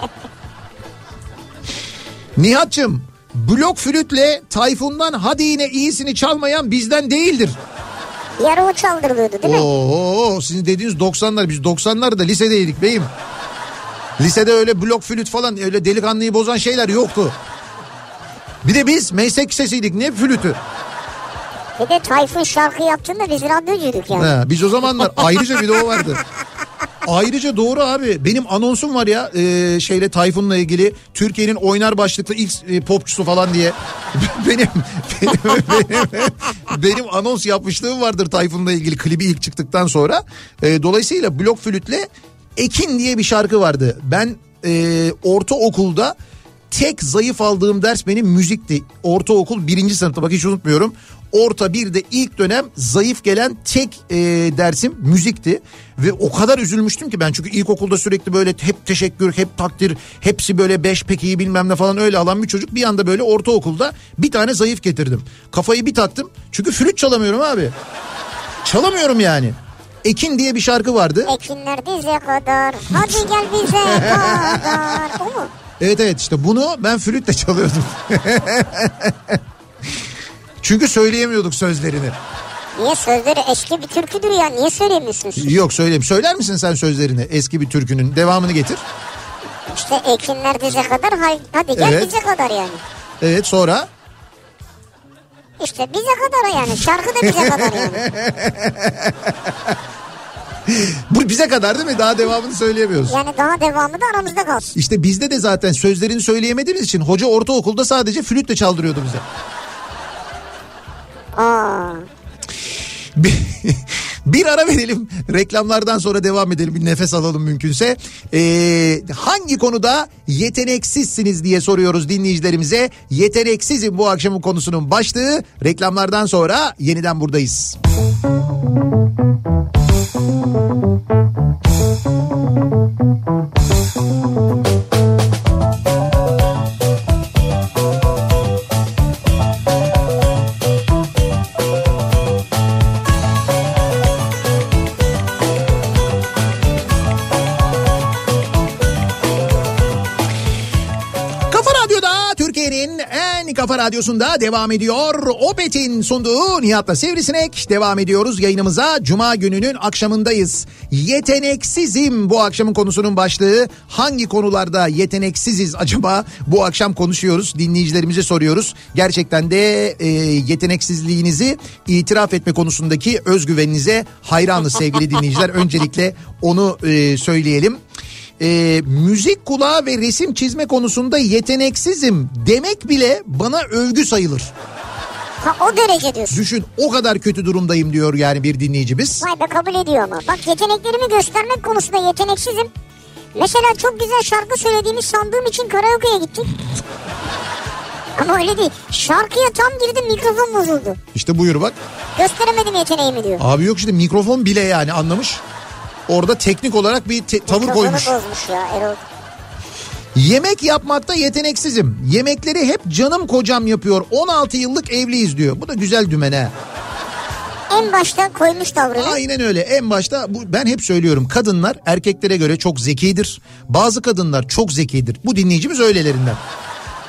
Nihat'cığım, blok flütle Tayfun'dan hadi yine iyisini çalmayan bizden değildir. Yarı o çaldırılıyordu değil mi? Oo, sizin dediğiniz 90'lar, biz 90'larda lisedeydik beyim. Lisede öyle blok flüt falan, öyle delikanlıyı bozan şeyler yoktu. Bir de biz meslek lisesiydik, ne flütü? Bir de Tayfun şarkı yaptığında biz radyocuyduk yani. He, biz o zamanlar ayrıca bir de o vardı. Ayrıca doğru abi, benim anonsum var ya şeyle, Tayfun'la ilgili, Türkiye'nin oynar başlıklı ilk popçusu falan diye. benim anons yapmışlığım vardır Tayfun'la ilgili, klibi ilk çıktıktan sonra. Dolayısıyla blok flütle Ekin diye bir şarkı vardı. Ben ortaokulda tek zayıf aldığım ders benim müzikti. Ortaokul 1. sınıfta, bak hiç unutmuyorum. Orta 1'de ilk dönem zayıf gelen tek dersim müzikti. Ve o kadar üzülmüştüm ki ben, çünkü ilkokulda sürekli böyle hep teşekkür, hep takdir, hepsi böyle 5 pek iyi bilmem ne falan öyle alan bir çocuk. Bir anda böyle ortaokulda bir tane zayıf getirdim. Kafayı bir taktım, çünkü flüt çalamıyorum abi. Çalamıyorum yani. Ekin diye bir şarkı vardı. Ekinler dize kadar, hadi gel bize kadar. O mu? Evet işte bunu ben flütle çalıyordum. Çünkü söyleyemiyorduk sözlerini. Niye, sözleri eski bir türküdür ya, niye söyleyemiyorsunuz? Yok söyleyeyim. Söyler misin sen sözlerini, eski bir türkünün devamını getir. İşte ekinler dize kadar, hadi gel evet. Bize kadar yani. Evet, sonra? İşte bize kadar yani, şarkı da bize kadar yani. Bu bize kadar değil mi? Daha devamını söyleyemiyoruz. Yani daha devamı da aramızda kalsın. İşte bizde de zaten sözlerini söyleyemediğimiz için hoca ortaokulda sadece flütle çaldırıyordu bize. Bir ara verelim, reklamlardan sonra devam edelim, bir nefes alalım mümkünse. Hangi konuda yeteneksizsiniz diye soruyoruz dinleyicilerimize. Yeteneksizim bu akşamın konusunun başlığı. Reklamlardan sonra yeniden buradayız. Kafa Radyosu'nda devam ediyor. Opet'in sunduğu Nihat'la Sivrisinek. Devam ediyoruz yayınımıza. Cuma gününün akşamındayız. Yeteneksizim bu akşamın konusunun başlığı. Hangi konularda yeteneksiziz acaba? Bu akşam konuşuyoruz. Dinleyicilerimize soruyoruz. Gerçekten de yeteneksizliğinizi itiraf etme konusundaki özgüveninize hayranız sevgili dinleyiciler. Öncelikle onu söyleyelim. Müzik kulağı ve resim çizme konusunda yeteneksizim demek bile bana övgü sayılır. Ha, o derece diyorsun. Düşün, o kadar kötü durumdayım diyor yani bir dinleyicimiz. Vay be, kabul ediyor ama. Bak, yeteneklerimi göstermek konusunda yeteneksizim. Mesela çok güzel şarkı söylediğimi sandığım için karaoke'ye gittik. Ama öyle değil. Şarkıya tam girdim, mikrofon bozuldu. İşte buyur bak. Gösteremedim yeteneğimi diyor. Abi yok işte, mikrofon bile yani anlamış. Orada teknik olarak bir tavır koymuş. Bozmuş ya Erol. Yemek yapmakta yeteneksizim. Yemekleri hep canım kocam yapıyor. 16 yıllık evliyiz diyor. Bu da güzel dümen ha. En başta koymuş tavrını. Aynen öyle. En başta ben hep söylüyorum. Kadınlar erkeklere göre çok zekidir. Bazı kadınlar çok zekidir. Bu dinleyicimiz öylelerinden.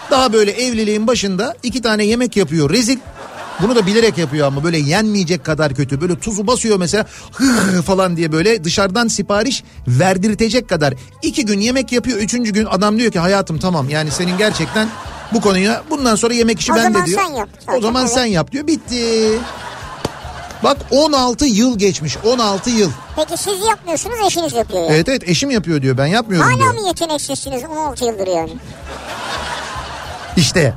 Daha böyle evliliğin başında 2 tane yemek yapıyor rezil. Bunu da bilerek yapıyor ama böyle yenmeyecek kadar kötü. Böyle tuzu basıyor mesela falan diye böyle dışarıdan sipariş verdirtecek kadar. 2 gün yemek yapıyor. 3. gün adam diyor ki hayatım tamam yani senin gerçekten bu konuya bundan sonra yemek işi bende diyor. O zaman sen yap diyor. Bitti. Bak 16 yıl geçmiş. 16 yıl. Peki siz yapmıyorsunuz, eşiniz yapıyor yani. Evet eşim yapıyor diyor, ben yapmıyorum Hala diyor. mı yeteneksizsiniz 16 yıldır yani? İşte.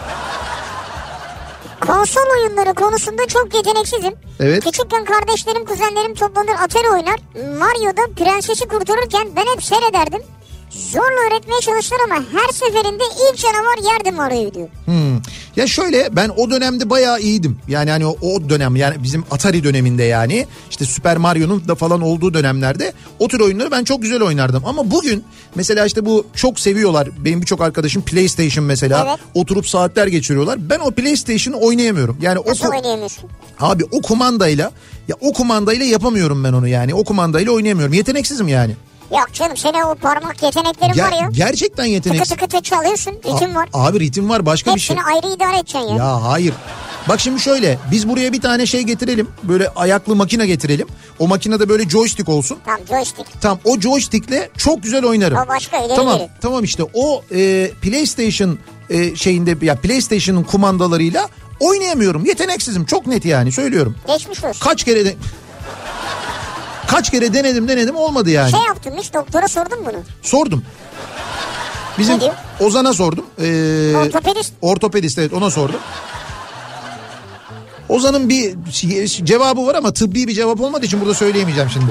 Konsol oyunları konusunda çok yeteneksizim. Evet. Küçükken kardeşlerim, kuzenlerim toplanır Atari oynar. Mario'da prensesi kurtarırken ben hep seyrederdim. Zorla öğretmeye çalıştılar ama her seferinde ilk canavar yerdi Mario'yu diyor. Ya şöyle, ben o dönemde bayağı iyiydim. Yani hani o dönem, yani bizim Atari döneminde, yani işte Super Mario'nun da falan olduğu dönemlerde o tür oyunları ben çok güzel oynardım. Ama bugün mesela işte bu çok seviyorlar. Benim birçok arkadaşım PlayStation mesela, evet, oturup saatler geçiriyorlar. Ben o PlayStation'ı oynayamıyorum. Yani nasıl oynayamıyorsun? Abi o kumandayla yapamıyorum ben onu yani. O kumandayla oynayamıyorum. Yeteneksizim yani. Yok canım, senin o parmak yeteneklerin var ya. Gerçekten yeteneksiz. Tıkı tıkı çalıyorsun, ritim var. Abi ritim var, başka bir şey. Hepsini ayrı idare edeceksin ya. Ya hayır. Bak şimdi şöyle, biz buraya bir tane şey getirelim. Böyle ayaklı makine getirelim. O makinede böyle joystick olsun. Tamam, joystick. Tamam, o joystickle çok güzel oynarım. O başka, ileri Tamam geri. tamam işte o PlayStation şeyinde, ya PlayStation'ın kumandalarıyla oynayamıyorum. Yeteneksizim, çok net yani söylüyorum. Geçmiş olsun. Kaç kere denedim olmadı yani. Şey yaptım, hiç doktora sordun bunu. Sordum. Bizim Ne diyor? Ozan'a sordum. Ortopedist. Ortopedist, evet, ona sordum. Ozan'ın bir cevabı var ama tıbbi bir cevap olmadığı için burada söyleyemeyeceğim şimdi.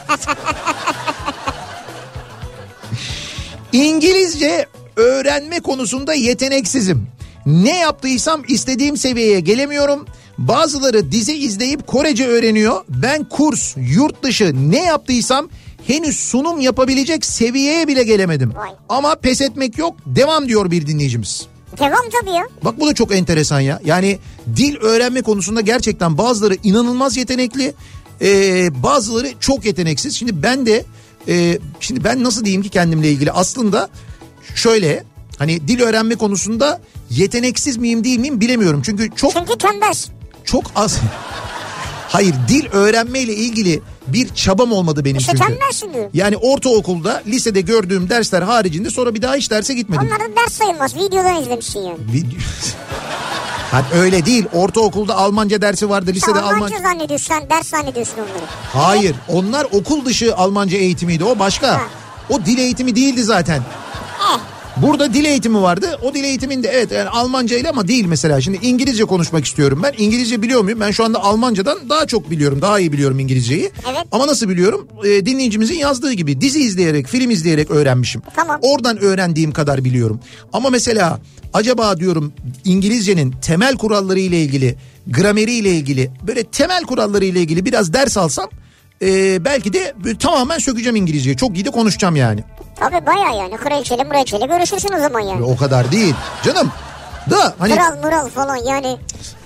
İngilizce öğrenme konusunda yeteneksizim. Ne yaptıysam istediğim seviyeye gelemiyorum. Bazıları dizi izleyip Korece öğreniyor. Ben kurs, yurt dışı ne yaptıysam henüz sunum yapabilecek seviyeye bile gelemedim. Vay. Ama pes etmek yok. Devam diyor bir dinleyicimiz. Devam tabii ya. Bak bu da çok enteresan ya. Yani dil öğrenme konusunda gerçekten bazıları inanılmaz yetenekli. Bazıları çok yeteneksiz. Şimdi ben nasıl diyeyim ki kendimle ilgili? Aslında şöyle, hani dil öğrenme konusunda yeteneksiz miyim değil miyim bilemiyorum. Çünkü tembelsin. Çok az. Hayır, dil öğrenmeyle ilgili bir çabam olmadı benim çünkü. Tembelsin diyor. Yani ortaokulda, lisede gördüğüm dersler haricinde sonra bir daha hiç derse gitmedim. Onlar da ders sayılmaz. Videodan izlemişsin yani. Hani öyle değil. Ortaokulda Almanca dersi vardı. Lisede Almanca zannediyorsun, sen ders zannediyorsun onları. Hayır, onlar okul dışı Almanca eğitimiydi, o başka. Ha. O dil eğitimi değildi zaten. Burada dil eğitimi vardı. O dil eğitiminde evet yani Almanca ile ama değil mesela. Şimdi İngilizce konuşmak istiyorum ben. İngilizce biliyor muyum? Ben şu anda Almancadan daha çok biliyorum. Daha iyi biliyorum İngilizceyi. Evet. Ama nasıl biliyorum? Dinleyicimizin yazdığı gibi dizi izleyerek, film izleyerek öğrenmişim. Tamam. Oradan öğrendiğim kadar biliyorum. Ama mesela acaba diyorum İngilizcenin temel kuralları ile ilgili, grameri ile ilgili, böyle temel kuralları ile ilgili biraz ders alsam belki de tamamen sökeceğim İngilizceyi. Çok iyi de konuşacağım yani. Tabii bayağı yani. Kraliçeyle görüşürsün o zaman yani. O kadar değil canım. Da hani... Mural falan yani.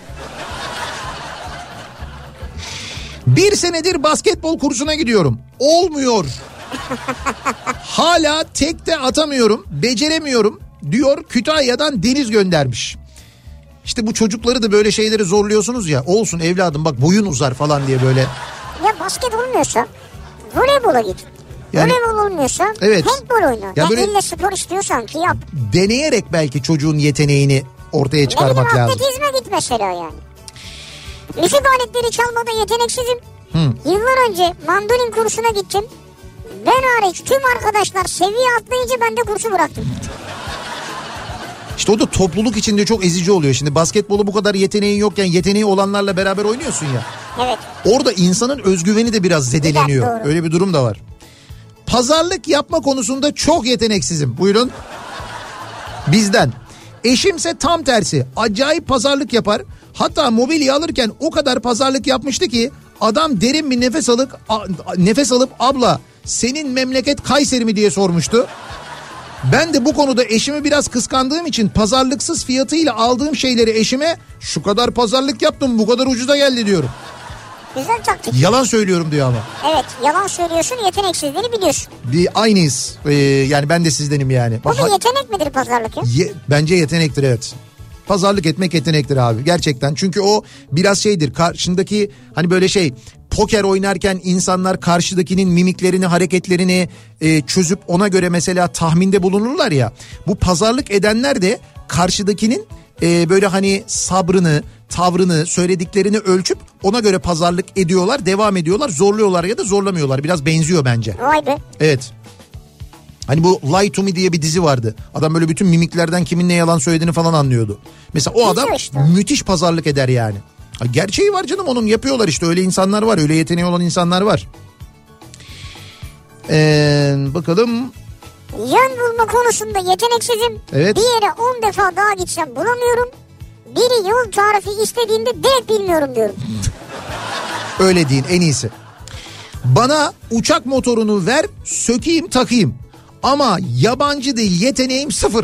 Bir senedir basketbol kursuna gidiyorum. Olmuyor. Hala tekte atamıyorum. Beceremiyorum diyor, Kütahya'dan Deniz göndermiş. İşte bu çocukları da böyle şeyleri zorluyorsunuz ya. Olsun evladım bak, boyun uzar falan diye böyle. Ya basket olmuyorsa voleybola git. Yani, voleybol olmuyorsa evet, handbol oyna. Ya böyle illa spor istiyorsan ki yap. Deneyerek belki çocuğun yeteneğini ortaya çıkarmak lazım. Atletizme git mesela yani. Müzik aletleri çalmada yeteneksizim. Yıllar önce mandolin kursuna gittim. Ben hariç tüm arkadaşlar seviye atlayınca ben de kursu bıraktım. İşte o da topluluk içinde çok ezici oluyor. Şimdi basketbolu bu kadar yeteneğin yokken yeteneği olanlarla beraber oynuyorsun ya. Evet. Orada insanın özgüveni de biraz zedeleniyor. Evet, öyle bir durum da var. Pazarlık yapma konusunda çok yeteneksizim. Buyurun. Bizden. Eşimse tam tersi. Acayip pazarlık yapar. Hatta mobilya alırken o kadar pazarlık yapmıştı ki adam derin bir nefes alıp abla senin memleket Kayseri mi diye sormuştu. Ben de bu konuda eşimi biraz kıskandığım için pazarlıksız fiyatıyla aldığım şeyleri eşime şu kadar pazarlık yaptım, bu kadar ucuza geldi diyorum. Güzel taktik. Yalan söylüyorum diyor ama. Evet, yalan söylüyorsun, yeteneksizliğini biliyorsun. Bir aynıyız. Yani ben de sizdenim yani. Bu bir yetenek midir pazarlık ya? Bence yetenektir, evet. Pazarlık etmek yetenektir abi gerçekten. Çünkü o biraz şeydir, karşındaki hani böyle şey, poker oynarken insanlar karşıdakinin mimiklerini, hareketlerini çözüp ona göre mesela tahminde bulunurlar ya. Bu pazarlık edenler de karşıdakinin böyle hani sabrını, tavrını, söylediklerini ölçüp ona göre pazarlık ediyorlar, devam ediyorlar, zorluyorlar ya da zorlamıyorlar. Biraz benziyor bence. Vay be. Evet. Hani bu Lie to Me diye bir dizi vardı. Adam böyle bütün mimiklerden kimin ne yalan söylediğini falan anlıyordu. Mesela o adam işte müthiş pazarlık eder yani. Gerçeği var canım, onun yapıyorlar işte, öyle insanlar var, öyle yeteneği olan insanlar var. Bakalım. Yön bulma konusunda yeteneksizim. Evet. Bir yere 10 defa daha gitsem bulamıyorum. Biri yol tarifi istediğinde direkt bilmiyorum diyorum. Öyle deyin, en iyisi. Bana uçak motorunu ver, sökeyim takayım. Ama yabancı değil, yeteneğim sıfır.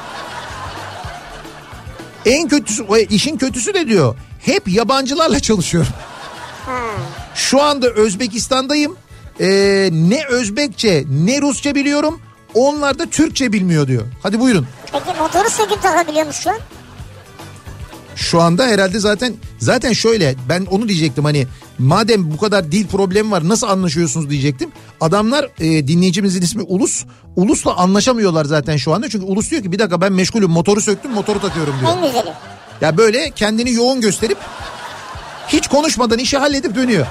En kötüsü, işin kötüsü de diyor, hep yabancılarla çalışıyorum. Şu anda Özbekistan'dayım. Ne Özbekçe ne Rusça biliyorum. Onlar da Türkçe bilmiyor diyor. Hadi buyurun. Peki motoru söküp takabiliyormuş şu an? Şu anda herhalde zaten şöyle, ben onu diyecektim, hani madem bu kadar dil problemi var nasıl anlaşıyorsunuz diyecektim. Adamlar dinleyicimizin ismi Ulus'la anlaşamıyorlar zaten şu anda. Çünkü Ulus diyor ki bir dakika ben meşgulüm, motoru söktüm, motoru takıyorum diyor. En güzeli. Ya böyle kendini yoğun gösterip hiç konuşmadan işi halledip dönüyor.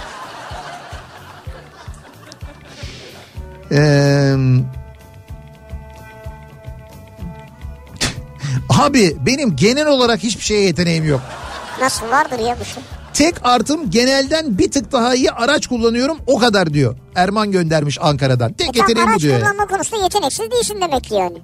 Abi benim genel olarak hiçbir şeye yeteneğim yok. Nasıl, vardır ya bu şey? Tek artım genelden bir tık daha iyi araç kullanıyorum, o kadar diyor. Erman göndermiş Ankara'dan. Tek yeteneğim bu diyor. Araç kullanma konusunda yeteneksiz değilsin demek ki yani.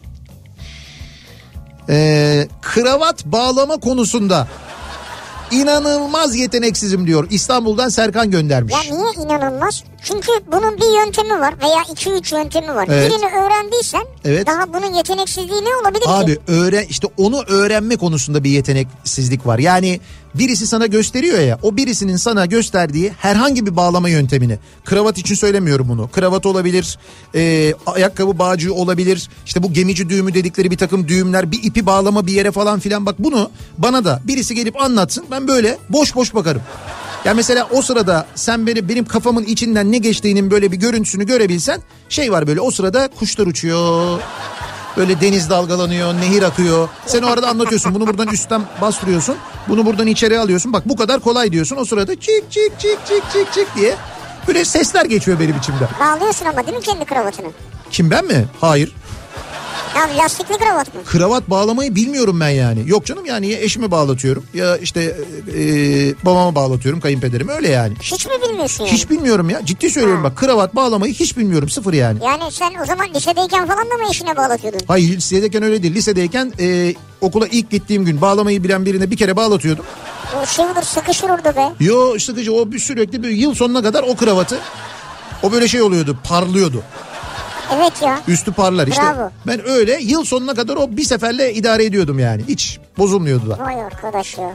Kravat bağlama konusunda inanılmaz yeteneksizim diyor. İstanbul'dan Serkan göndermiş. Ya niye inanılmaz? Çünkü bunun bir yöntemi var veya 2-3 yöntemi var. Evet. Birini öğrendiysen evet, daha bunun yeteneksizliği ne olabilir abi, ki? Abi işte onu öğrenme konusunda bir yeteneksizlik var. Yani birisi sana gösteriyor ya, o birisinin sana gösterdiği herhangi bir bağlama yöntemini, kravat için söylemiyorum bunu. Kravat olabilir, ayakkabı bağcığı olabilir, işte bu gemici düğümü dedikleri bir takım düğümler, bir ipi bağlama bir yere falan filan, bak bunu bana da birisi gelip anlatsın, ben böyle boş boş bakarım. Ya mesela o sırada sen benim kafamın içinden ne geçtiğinin böyle bir görüntüsünü görebilsen, şey var böyle, o sırada kuşlar uçuyor, böyle deniz dalgalanıyor, nehir akıyor. Sen o arada anlatıyorsun, bunu buradan üstten bastırıyorsun, bunu buradan içeri alıyorsun, bak bu kadar kolay diyorsun. O sırada çık çık çık çık çık çık diye böyle sesler geçiyor benim içimden. Bağlıyorsun ama değil mi kendi kravatını? Kim, ben mi? Hayır. Ya lastikli kravat mı? Kravat bağlamayı bilmiyorum ben yani. Yok canım, yani ya eşime bağlatıyorum ya işte babama bağlatıyorum, kayınpederime, öyle yani. Hiç mi bilmiyorsun yani? Hiç bilmiyorum ya, ciddi söylüyorum bak, kravat bağlamayı hiç bilmiyorum, sıfır yani. Yani sen o zaman lisedeyken falan da mı eşine bağlatıyordun? Hayır, lisedeyken öyle değil. Lisedeyken okula ilk gittiğim gün bağlamayı bilen birine bir kere bağlatıyordum. O şey olur, sıkışır orada be. Yo, sıkıcı, o sürekli bir yıl sonuna kadar o kravatı, o böyle şey oluyordu, parlıyordu. Evet ya. Üstü parlar işte. Bravo. Ben öyle yıl sonuna kadar o bir seferle idare ediyordum yani. Hiç bozulmuyordu da. Vay arkadaş ya.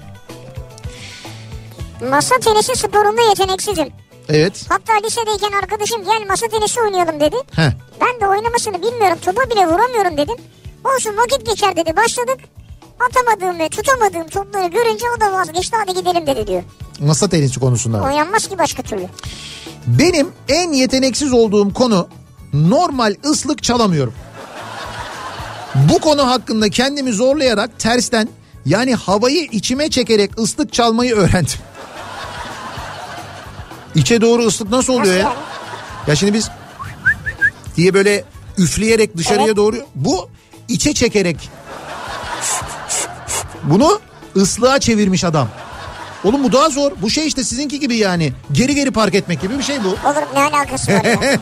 Masa tenisi sporunda yeteneksizim. Evet. Hatta lisedeyken arkadaşım gel masa tenisi oynayalım dedi. Heh. Ben de oynamasını bilmiyorum, topa bile vuramıyorum dedim. Olsun vakit geçer dedi, başladık. Atamadığım ve tutamadığım topları görünce o da vazgeçti, hadi gidelim dedi diyor. Masa tenisi konusunda. Oynanmaz ki başka türlü. Benim en yeteneksiz olduğum konu, normal ıslık çalamıyorum. Bu konu hakkında kendimi zorlayarak tersten, yani havayı içime çekerek ıslık çalmayı öğrendim. İçe doğru ıslık nasıl oluyor ya? Ya şimdi biz diye böyle üfleyerek dışarıya doğru, bu içe çekerek. Bunu ıslığa çevirmiş adam. Oğlum bu daha zor. Bu şey işte sizinki gibi yani. Geri geri park etmek gibi bir şey bu. Olur, ne alakası var ya?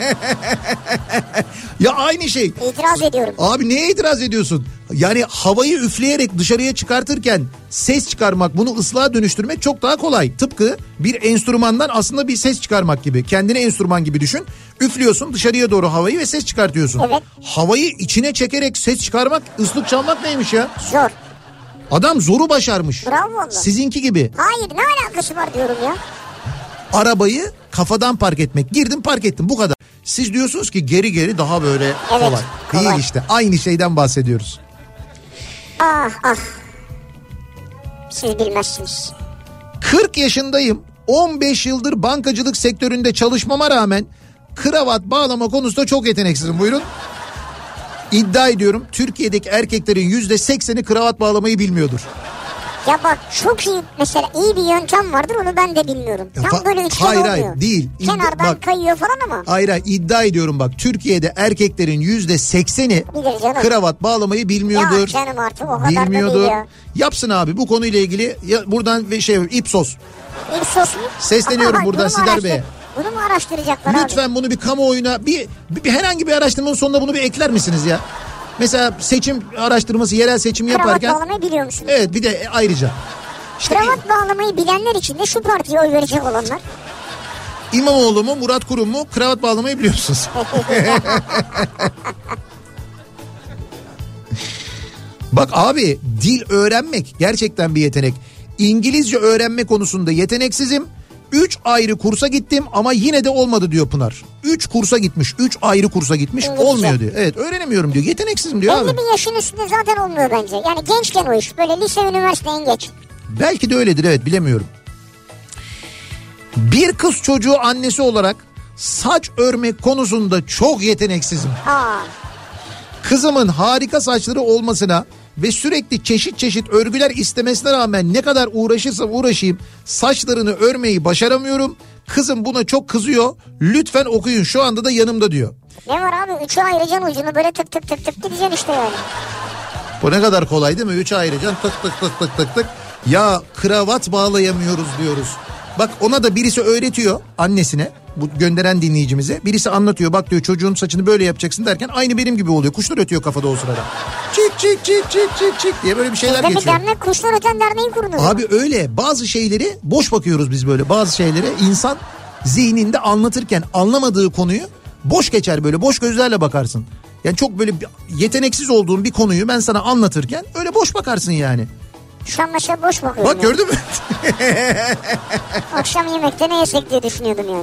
Ya aynı şey. İtiraz ediyorum. Abi neye itiraz ediyorsun? Yani havayı üfleyerek dışarıya çıkartırken ses çıkarmak, bunu ıslığa dönüştürmek çok daha kolay. Tıpkı bir enstrümandan aslında bir ses çıkarmak gibi. Kendini enstrüman gibi düşün. Üflüyorsun dışarıya doğru havayı ve ses çıkartıyorsun. Evet. Havayı içine çekerek ses çıkarmak, ıslık çalmak neymiş ya? Zor. Adam zoru başarmış. Bravo valla. Sizinki gibi. Hayır, ne alakası var diyorum ya. Arabayı kafadan park etmek. Girdim park ettim, bu kadar. Siz diyorsunuz ki geri daha böyle kolay. Değil işte, aynı şeyden bahsediyoruz. Ah ah. Siz bilmezsiniz. 40 yaşındayım. 15 yıldır bankacılık sektöründe çalışmama rağmen kravat bağlama konusunda çok yeteneksizim. Buyurun. İddia ediyorum Türkiye'deki erkeklerin %80'i kravat bağlamayı bilmiyordur. Ya bak, çok iyi mesela, iyi bir yöntem vardır, onu ben de bilmiyorum. Tam böyle üçgen olmuyor. Hayır değil. Kenardan kayıyor falan ama. Hayır iddia ediyorum bak, Türkiye'de erkeklerin %80'i kravat bağlamayı bilmiyordur. Ya canım artık o kadar bilmiyordur. da değil ya. Yapsın abi bu konuyla ilgili buradan bir Ipsos. İpsos mu? Sesleniyorum buradan Sidar Bey'e. Bunu mu araştıracaklar abi? Lütfen bunu bir kamuoyuna bir herhangi bir araştırmanın sonunda bunu bir ekler misiniz ya? Mesela seçim araştırması, yerel seçim yaparken. Kravat bağlamayı biliyor musunuz? Evet, bir de ayrıca. İşte, kravat bağlamayı bilenler için de şu partiye oy verecek olanlar. İmamoğlu mu, Murat Kurum mu, kravat bağlamayı biliyor musunuz? Bak abi, dil öğrenmek gerçekten bir yetenek. İngilizce öğrenme konusunda yeteneksizim. 3 ayrı kursa gittim ama yine de olmadı diyor Pınar. 3 kursa gitmiş. 3 ayrı kursa gitmiş. İngilizce. Olmuyor diyor. Evet, öğrenemiyorum diyor. Yeteneksizim diyor abi. Belli bir yaşın üstünde zaten olmuyor bence. Yani gençken o iş. Böyle lise, üniversite en geç. Belki de öyledir, evet, bilemiyorum. Bir kız çocuğu annesi olarak saç örmek konusunda çok yeteneksizim. Kızımın harika saçları olmasına ve sürekli çeşit örgüler istemesine rağmen ne kadar uğraşırsam uğraşayım saçlarını örmeyi başaramıyorum. Kızım buna çok kızıyor. Lütfen okuyun, şu anda da yanımda diyor. Ne var abi, 3'e ayıracaksın ucunu, böyle tık tık gideceksin işte yani. Bu ne kadar kolay değil mi? 3'e ayıracaksın tık. Ya kravat bağlayamıyoruz diyoruz. Bak, ona da birisi öğretiyor, annesine, bu gönderen dinleyicimize. Birisi anlatıyor, bak diyor çocuğun saçını böyle yapacaksın derken aynı benim gibi oluyor. Kuşlar ötüyor kafada o sırada. Çık diye böyle bir şeyler geçiyor. Bir dernek, Kuşlar Öten Derneği kurulur. Abi öyle bazı şeyleri boş bakıyoruz biz böyle. Bazı şeylere insan zihninde anlatırken anlamadığı konuyu boş geçer, böyle boş gözlerle bakarsın. Yani çok böyle yeteneksiz olduğun bir konuyu ben sana anlatırken öyle boş bakarsın yani. Şu an mesela boş bakıyorum. Bak, gördün mü? Akşam yemekte ne yesek diye düşünüyordum yani.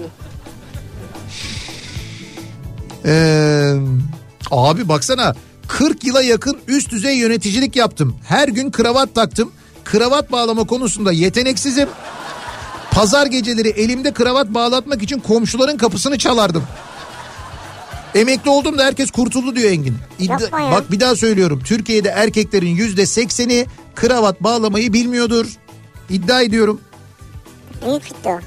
Abi baksana, 40 yıla yakın üst düzey yöneticilik yaptım. Her gün kravat taktım. Kravat bağlama konusunda yeteneksizim. Pazar geceleri elimde kravat bağlatmak için komşuların kapısını çalardım. Emekli oldum da herkes kurtuldu diyor Engin. Bak bir daha söylüyorum. Türkiye'de erkeklerin %80'i kravat bağlamayı bilmiyordur. İddia ediyorum. Büyük iddia.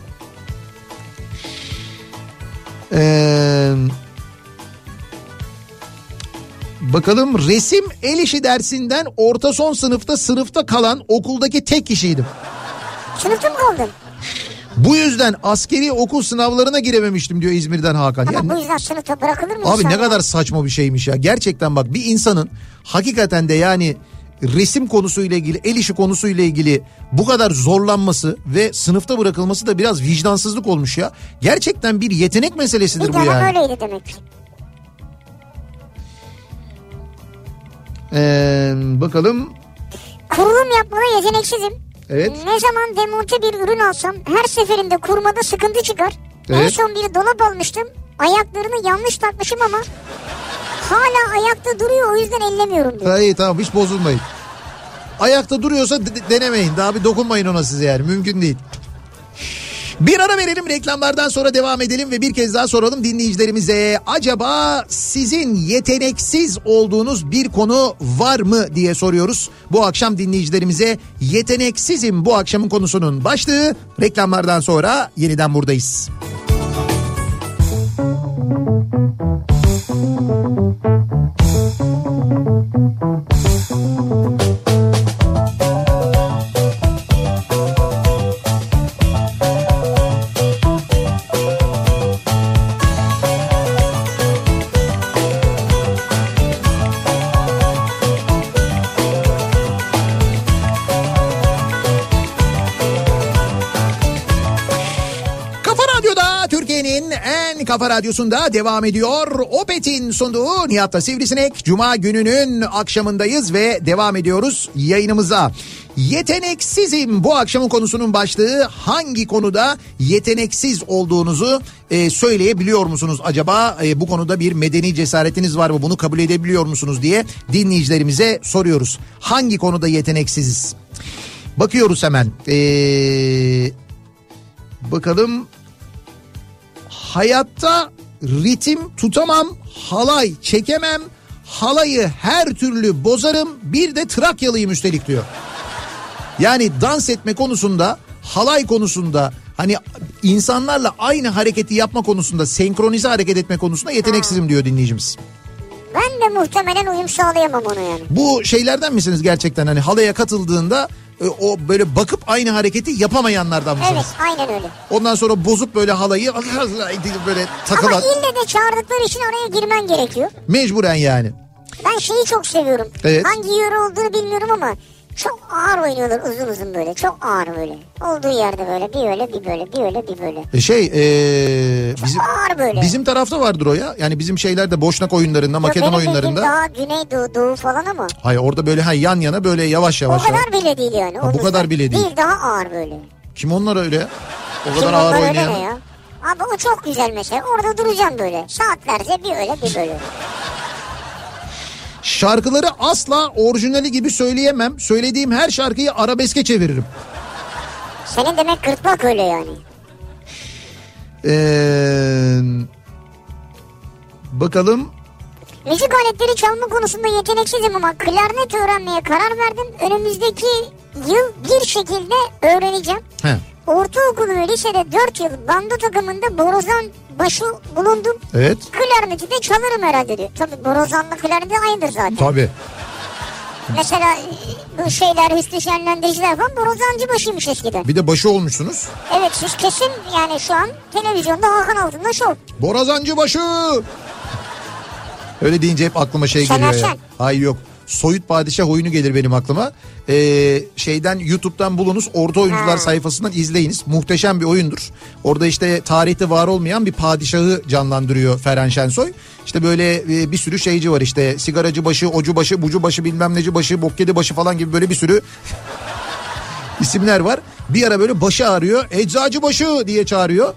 Bakalım, resim el işi dersinden orta son sınıfta kalan okuldaki tek kişiydim. Sınıfta mı kaldın? Bu yüzden askeri okul sınavlarına girememiştim diyor İzmir'den Hakan. Ama yani, bu yüzden sınıfta bırakılır mı? Abi ne kadar saçma bir şeymiş ya. Gerçekten bak, bir insanın hakikaten de yani resim konusuyla ilgili, el işi konusuyla ilgili bu kadar zorlanması ve sınıfta bırakılması da biraz vicdansızlık olmuş ya. Gerçekten bir yetenek meselesidir bu yani. Bir dönem öyleydi demek. Bakalım. Kurulum yapmada yeteneksizim. Evet. Ne zaman demonte bir ürün alsam her seferinde kurmada sıkıntı çıkar. Evet. En son bir dolap almıştım. Ayaklarını yanlış takmışım ama hala ayakta duruyor, o yüzden ellemiyorum diyor. İyi, tamam, hiç bozulmayın. Ayakta duruyorsa denemeyin. Daha bir dokunmayın ona size yani. Mümkün değil. Bir ara verelim, reklamlardan sonra devam edelim ve bir kez daha soralım dinleyicilerimize. Acaba sizin yeteneksiz olduğunuz bir konu var mı diye soruyoruz. Bu akşam dinleyicilerimize yeteneksizim bu akşamın konusunun başlığı. Reklamlardan sonra yeniden buradayız. Kafa Radyosu'nda devam ediyor. Opet'in sunduğu Nihat'la Sivrisinek. Cuma gününün akşamındayız ve devam ediyoruz yayınımıza. Yeteneksizim bu akşamın konusunun başlığı. Hangi konuda yeteneksiz olduğunuzu söyleyebiliyor musunuz acaba? Bu konuda bir medeni cesaretiniz var mı? Bunu kabul edebiliyor musunuz diye dinleyicilerimize soruyoruz. Hangi konuda yeteneksiziz? Bakıyoruz hemen. Bakalım. Hayatta ritim tutamam, halay çekemem, halayı her türlü bozarım, bir de Trakyalıyım üstelik diyor. Yani dans etme konusunda, halay konusunda, hani insanlarla aynı hareketi yapma konusunda, senkronize hareket etme konusunda yeteneksizim diyor dinleyicimiz. Ben de muhtemelen uyum sağlayamam onu yani. Bu şeylerden misiniz gerçekten, hani halaya katıldığında o böyle bakıp aynı hareketi yapamayanlardan mısınız? Evet, aynen öyle. Ondan sonra bozup böyle halayı böyle takılan. Ama ille de çağırdıkları için oraya girmen gerekiyor. Mecburen yani. Ben şeyi çok seviyorum. Evet. Hangi yöre olduğunu bilmiyorum ama çok ağır oynuyorlar, uzun uzun böyle. Çok ağır böyle. Olduğu yerde böyle bir öyle bir böyle, bir öyle bir böyle. Bizim, ağır böyle. Bizim tarafta vardır o ya. Yani bizim şeylerde Boşnak oyunlarında, Makedon oyunlarında. Daha Güneydoğu, Doğu falan ama. Hayır, orada böyle yan yana böyle yavaş yavaş. O kadar bile değil yani. Bu kadar bile değil. Değil, daha ağır böyle. Kim onlar öyle? O Kim kadar ağır onlar oynayan. Öyle ya? Abi o çok güzel mesela. Orada duracağım böyle. Saatlerce bir öyle bir böyle. Şarkıları asla orijinali gibi söyleyemem. Söylediğim her şarkıyı arabeske çeviririm. Senin demek gırtlak öyle yani. Bakalım. Müzik aletleri çalma konusunda yeteneksizim ama klarnet öğrenmeye karar verdim. Önümüzdeki yıl bir şekilde öğreneceğim. He. Ortaokul ve lisede 4 yıl bando takımında borazan başı bulundum. Evet. Klarneti de çalarım herhalde diyor. Tabii borazanla klarnet aynıdır zaten. Tabii. Mesela bu şeyler, hüsnü şenlendiriciler falan borazancı başıymış eskiden. Bir de başı olmuşsunuz. Evet, siz kesin yani şu an televizyonda Hakan Altun'da şov. Borazancı başı. Öyle deyince hep aklıma şey geliyor ya. Hayır yok. Soyut Padişah oyunu gelir benim aklıma. Şeyden, YouTube'dan bulunuz, Orta Oyuncular sayfasından izleyiniz. Muhteşem bir oyundur. Orada işte tarihte var olmayan bir padişahı canlandırıyor Ferhan Şensoy. İşte böyle bir sürü şeyci var işte. Sigaracı başı, ocu başı, bucu başı, bilmem neci başı, bokkedi başı falan gibi böyle bir sürü isimler var. Bir ara böyle başı ağrıyor. Eczacı başı diye çağırıyor.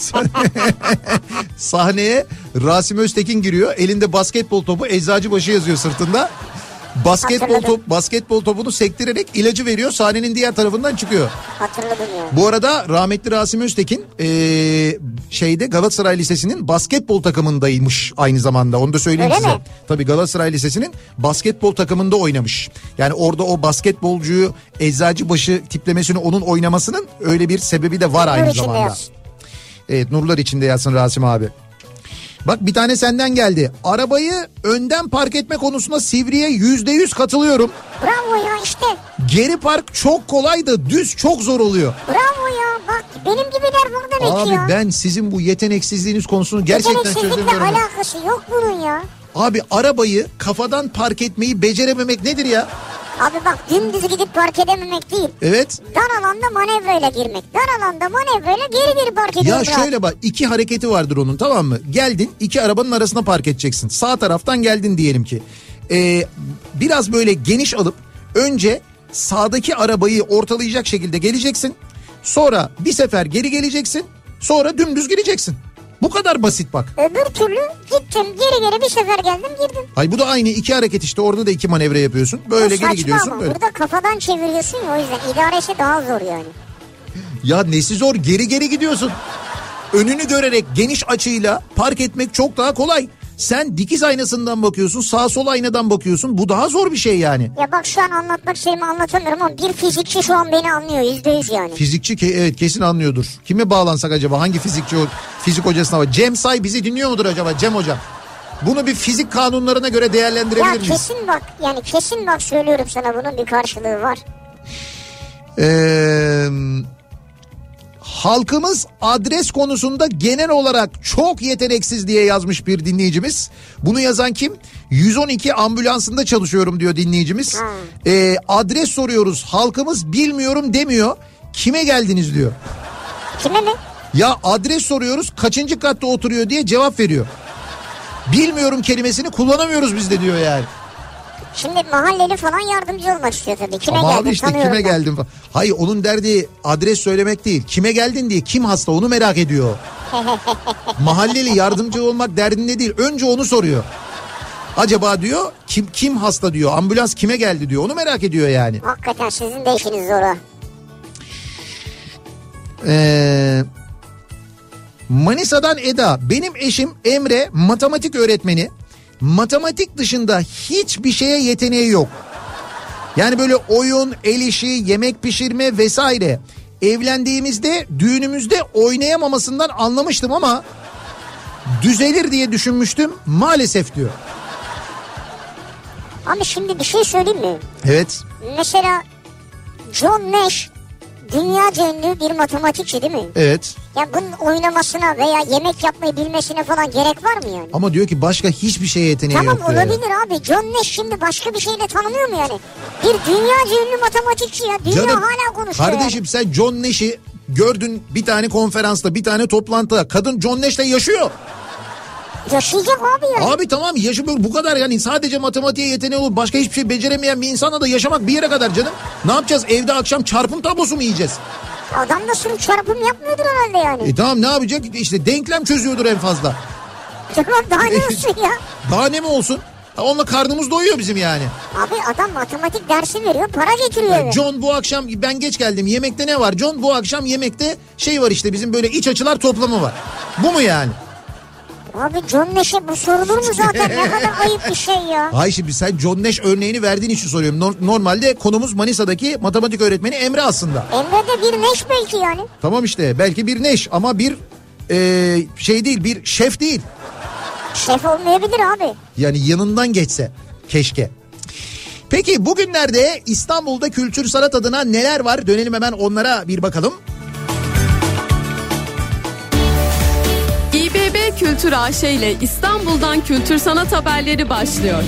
Sahneye Rasim giriyor. Elinde basketbol topu, eczacı başı yazıyor sırtında. Basketbol topunu sektirerek ilacı veriyor. Sahnenin diğer tarafından çıkıyor. Hatırladım ya. Bu arada rahmetli Rasim Öztekin Galatasaray Lisesi'nin basketbol takımındaymış aynı zamanda. Onu da söyleyeyim öyle size. Mi? Tabii Galatasaray Lisesi'nin basketbol takımında oynamış. Yani orada o basketbolcuyu, eczacıbaşı tiplemesini onun oynamasının öyle bir sebebi de var aynı zamanda. Yatsın. Evet, nurlar içinde yatsın Rasim abi. Bak bir tane senden geldi. Arabayı önden park etme konusunda Sivri'ye %100 katılıyorum. Bravo ya işte. Geri park çok kolay da düz çok zor oluyor. Bravo ya, bak benim gibiler bunu demek abi, ya. Abi ben sizin bu yeteneksizliğinizi konusunu gerçekten çözemiyorum. Yeteneksizlikle alakası yok bunun ya. Abi arabayı kafadan park etmeyi becerememek nedir ya? Abi bak, dümdüz gidip park edememek değil. Evet. Dar alanda manevrayla girmek. Dar alanda manevrayla geri park ediyorsun. Ya şöyle bak, iki hareketi vardır onun, tamam mı? Geldin, iki arabanın arasına park edeceksin. Sağ taraftan geldin diyelim ki. Biraz böyle geniş alıp önce sağdaki arabayı ortalayacak şekilde geleceksin. Sonra bir sefer geri geleceksin. Sonra dümdüz gireceksin. Bu kadar basit bak. Öbür türlü gittim geri bir sefer geldim girdim. Ay bu da aynı iki hareket işte, orada da iki manevra yapıyorsun. Böyle geri gidiyorsun. Ama böyle. Burada kafadan çeviriyorsun ya, o yüzden idaresi daha zor yani. Ya nesi zor, geri gidiyorsun. Önünü görerek geniş açıyla park etmek çok daha kolay. Sen dikiz aynasından bakıyorsun, sağ sol aynadan bakıyorsun. Bu daha zor bir şey yani. Ya bak şu an anlatmak istediğimi anlatamıyorum ama bir fizikçi şu an beni anlıyor %100 yani. Fizikçi evet kesin anlıyordur. Kime bağlansak acaba? Hangi fizikçi, fizik hocasına var? Cem Say bizi dinliyor mudur acaba Cem hocam? Bunu bir fizik kanunlarına göre değerlendirebilir miyiz? Ya kesin bak söylüyorum sana, bunun bir karşılığı var. Halkımız adres konusunda genel olarak çok yeteneksiz diye yazmış bir dinleyicimiz. Bunu yazan kim? 112 ambulansında çalışıyorum diyor dinleyicimiz. Adres soruyoruz, halkımız bilmiyorum demiyor. Kime geldiniz diyor. Kime mi? Ya adres soruyoruz, kaçıncı katta oturuyor diye cevap veriyor. Bilmiyorum kelimesini kullanamıyoruz biz de diyor yani. Şimdi mahalleli falan yardımcı olmak istiyor tabii. Kime ama geldin, abi işte tanıyorum kime ben. geldin falan. Hayır, onun derdi adres söylemek değil. Kime geldin diye, kim hasta onu merak ediyor. Mahalleli yardımcı olmak derdinde değil. Önce onu soruyor. Acaba diyor kim hasta diyor. Ambulans kime geldi diyor. Onu merak ediyor yani. Hakikaten sizin de işiniz zor ha. Manisa'dan Eda. Benim eşim Emre matematik öğretmeni. Matematik dışında hiçbir şeye yeteneği yok. Yani böyle oyun, el işi, yemek pişirme vesaire. Evlendiğimizde düğünümüzde oynayamamasından anlamıştım ama düzelir diye düşünmüştüm. Maalesef diyor. Ama şimdi bir şey söyleyeyim mi? Evet. Mesela John Nash dünyaca ünlü bir matematikçi değil mi? Evet. Ya bunun oynamasına veya yemek yapmayı bilmesine falan gerek var mı yani? Ama diyor ki başka hiçbir şeye yeteneği tamam, yok diyor. olabilir abi. John Nash şimdi başka bir şeyle tanınıyor mu yani? Bir dünyaca ünlü matematikçi ya. Dünya Canım, hala konuşuyor. kardeşim yani. sen John Nash'i gördün bir tane konferansta, bir tane toplantıda. Kadın John Nash'le yaşıyor. Yaşayacak abi yani. Abi tamam, yaşamıyor bu kadar yani, sadece matematiğe yeteneği olup başka hiçbir şey beceremeyen bir insanla da yaşamak bir yere kadar canım. Ne yapacağız, evde akşam çarpım tablosu mu yiyeceğiz? Adam da sırf çarpım yapmıyordur herhalde yani. Tamam, ne yapacak işte, denklem çözüyordur en fazla. Tamam, daha ne olsun ya? Daha ne mi olsun? Onunla karnımız doyuyor bizim yani. Abi adam matematik dersi veriyor, para getiriyor eve. John bu akşam, ben geç geldim, yemekte ne var? John bu akşam yemekte şey var işte, bizim böyle iç açılar toplamı var. Bu mu yani? Abi John Nash'e bu sorulur mu zaten? Ne kadar ayıp bir şey ya. Hayır, şimdi sen John Nash örneğini verdiğin için soruyorum. Normalde konumuz Manisa'daki matematik öğretmeni Emre aslında. Emre de bir Nash belki yani. Tamam işte, belki bir Nash ama bir şey değil, bir şef değil. Şef olmayabilir abi. Yani yanından geçse keşke. Peki bugünlerde İstanbul'da kültür sanat adına neler var? Dönelim hemen onlara bir bakalım. İBB Kültür AŞ ile İstanbul'dan kültür sanat haberleri başlıyor.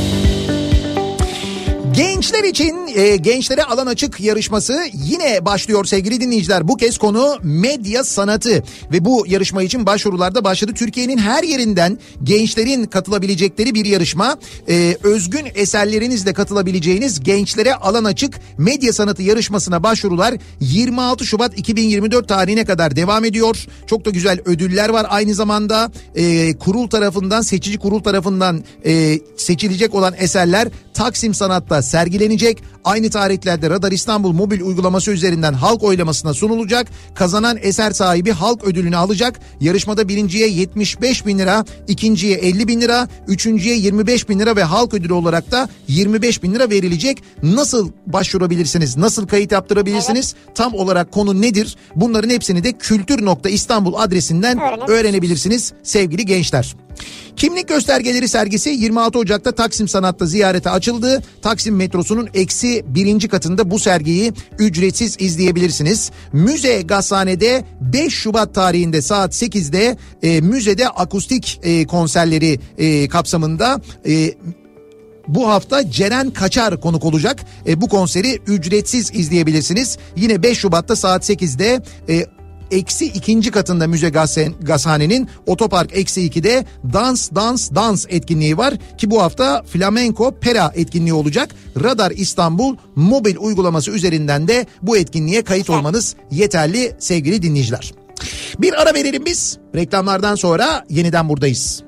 Gençler için gençlere alan açık yarışması yine başlıyor sevgili dinleyiciler. Bu kez konu medya sanatı ve bu yarışma için başvurularda başladı. Türkiye'nin her yerinden gençlerin katılabilecekleri bir yarışma. Özgün eserlerinizle katılabileceğiniz gençlere alan açık medya sanatı yarışmasına başvurular 26 Şubat 2024 tarihine kadar devam ediyor. Çok da güzel ödüller var aynı zamanda. Kurul tarafından, seçici kurul tarafından seçilecek olan eserler Taksim Sanat'ta sergilenecek. Aynı tarihlerde Radar İstanbul mobil uygulaması üzerinden halk oylamasına sunulacak. Kazanan eser sahibi halk ödülünü alacak. Yarışmada birinciye 75 bin lira, ikinciye 50 bin lira, üçüncüye 25 bin lira ve halk ödülü olarak da 25 bin lira verilecek. Nasıl başvurabilirsiniz? Nasıl kayıt yaptırabilirsiniz? Evet. Tam olarak konu nedir? Bunların hepsini de kültür.istanbul adresinden öğrenebilirsiniz sevgili gençler. Kimlik göstergeleri sergisi 26 Ocak'ta Taksim Sanat'ta ziyarete açıldı. Taksim metrosunun -1. katında bu sergiyi ücretsiz izleyebilirsiniz. Müze Gazhane'de 5 Şubat tarihinde saat 8'de müzede akustik konserleri kapsamında... Bu hafta Ceren Kaçar konuk olacak. Bu konseri ücretsiz izleyebilirsiniz. Yine 5 Şubat'ta saat 8'de... -2. katında Müze Gazhane'nin Otopark -2'de dans etkinliği var ki bu hafta Flamenco Pera etkinliği olacak. Radar İstanbul mobil uygulaması üzerinden de bu etkinliğe kayıt olmanız yeterli sevgili dinleyiciler. Bir ara verelim biz. Reklamlardan sonra yeniden buradayız.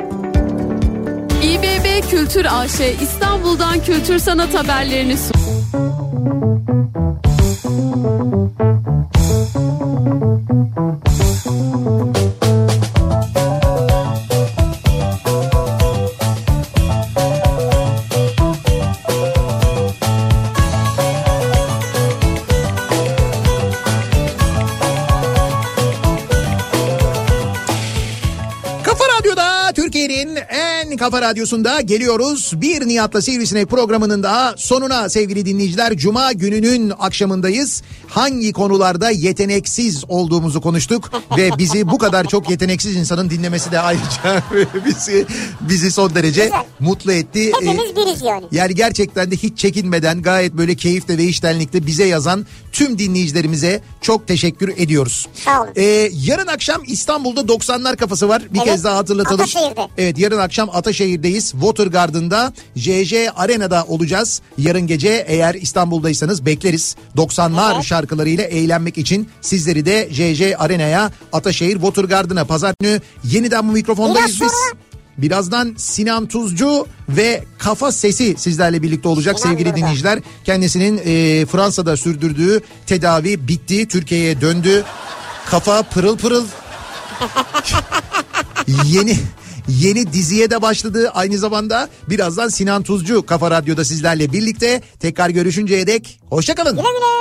İBB Kültür AŞ İstanbul'dan kültür sanat haberlerini sunuyor. Kafa Radyosu'nda geliyoruz. Bir Nihat'la Sivrisinek programının daha sonuna sevgili dinleyiciler. Cuma gününün akşamındayız. Hangi konularda yeteneksiz olduğumuzu konuştuk ve bizi bu kadar çok yeteneksiz insanın dinlemesi de ayrıca bizi son derece güzel, mutlu etti. Hepimiz biriz yani. Yani gerçekten de hiç çekinmeden gayet böyle keyifle ve içtenlikle bize yazan tüm dinleyicilerimize çok teşekkür ediyoruz. Sağ olun. Yarın akşam İstanbul'da 90'lar kafası var. Bir kez daha hatırlatalım. Ataşehir'de. Evet, yarın akşam Ataşehir'deyiz. Watergarden'da JJ Arena'da olacağız. Yarın gece eğer İstanbul'daysanız bekleriz. 90'lar şarkılarıyla eğlenmek için sizleri de JJ Arena'ya, Ataşehir Watergarden'a pazar günü yeniden bu mikrofondayız biz. Birazdan Sinan Tuzcu ve Kafa Sesi sizlerle birlikte olacak sevgili dinleyiciler. Kendisinin Fransa'da sürdürdüğü tedavi bitti. Türkiye'ye döndü. Kafa pırıl pırıl. Yeni diziye de başladı. Aynı zamanda birazdan Sinan Tuzcu Kafa Radyo'da sizlerle birlikte. Tekrar görüşünceye dek hoşça kalın. Güle güle.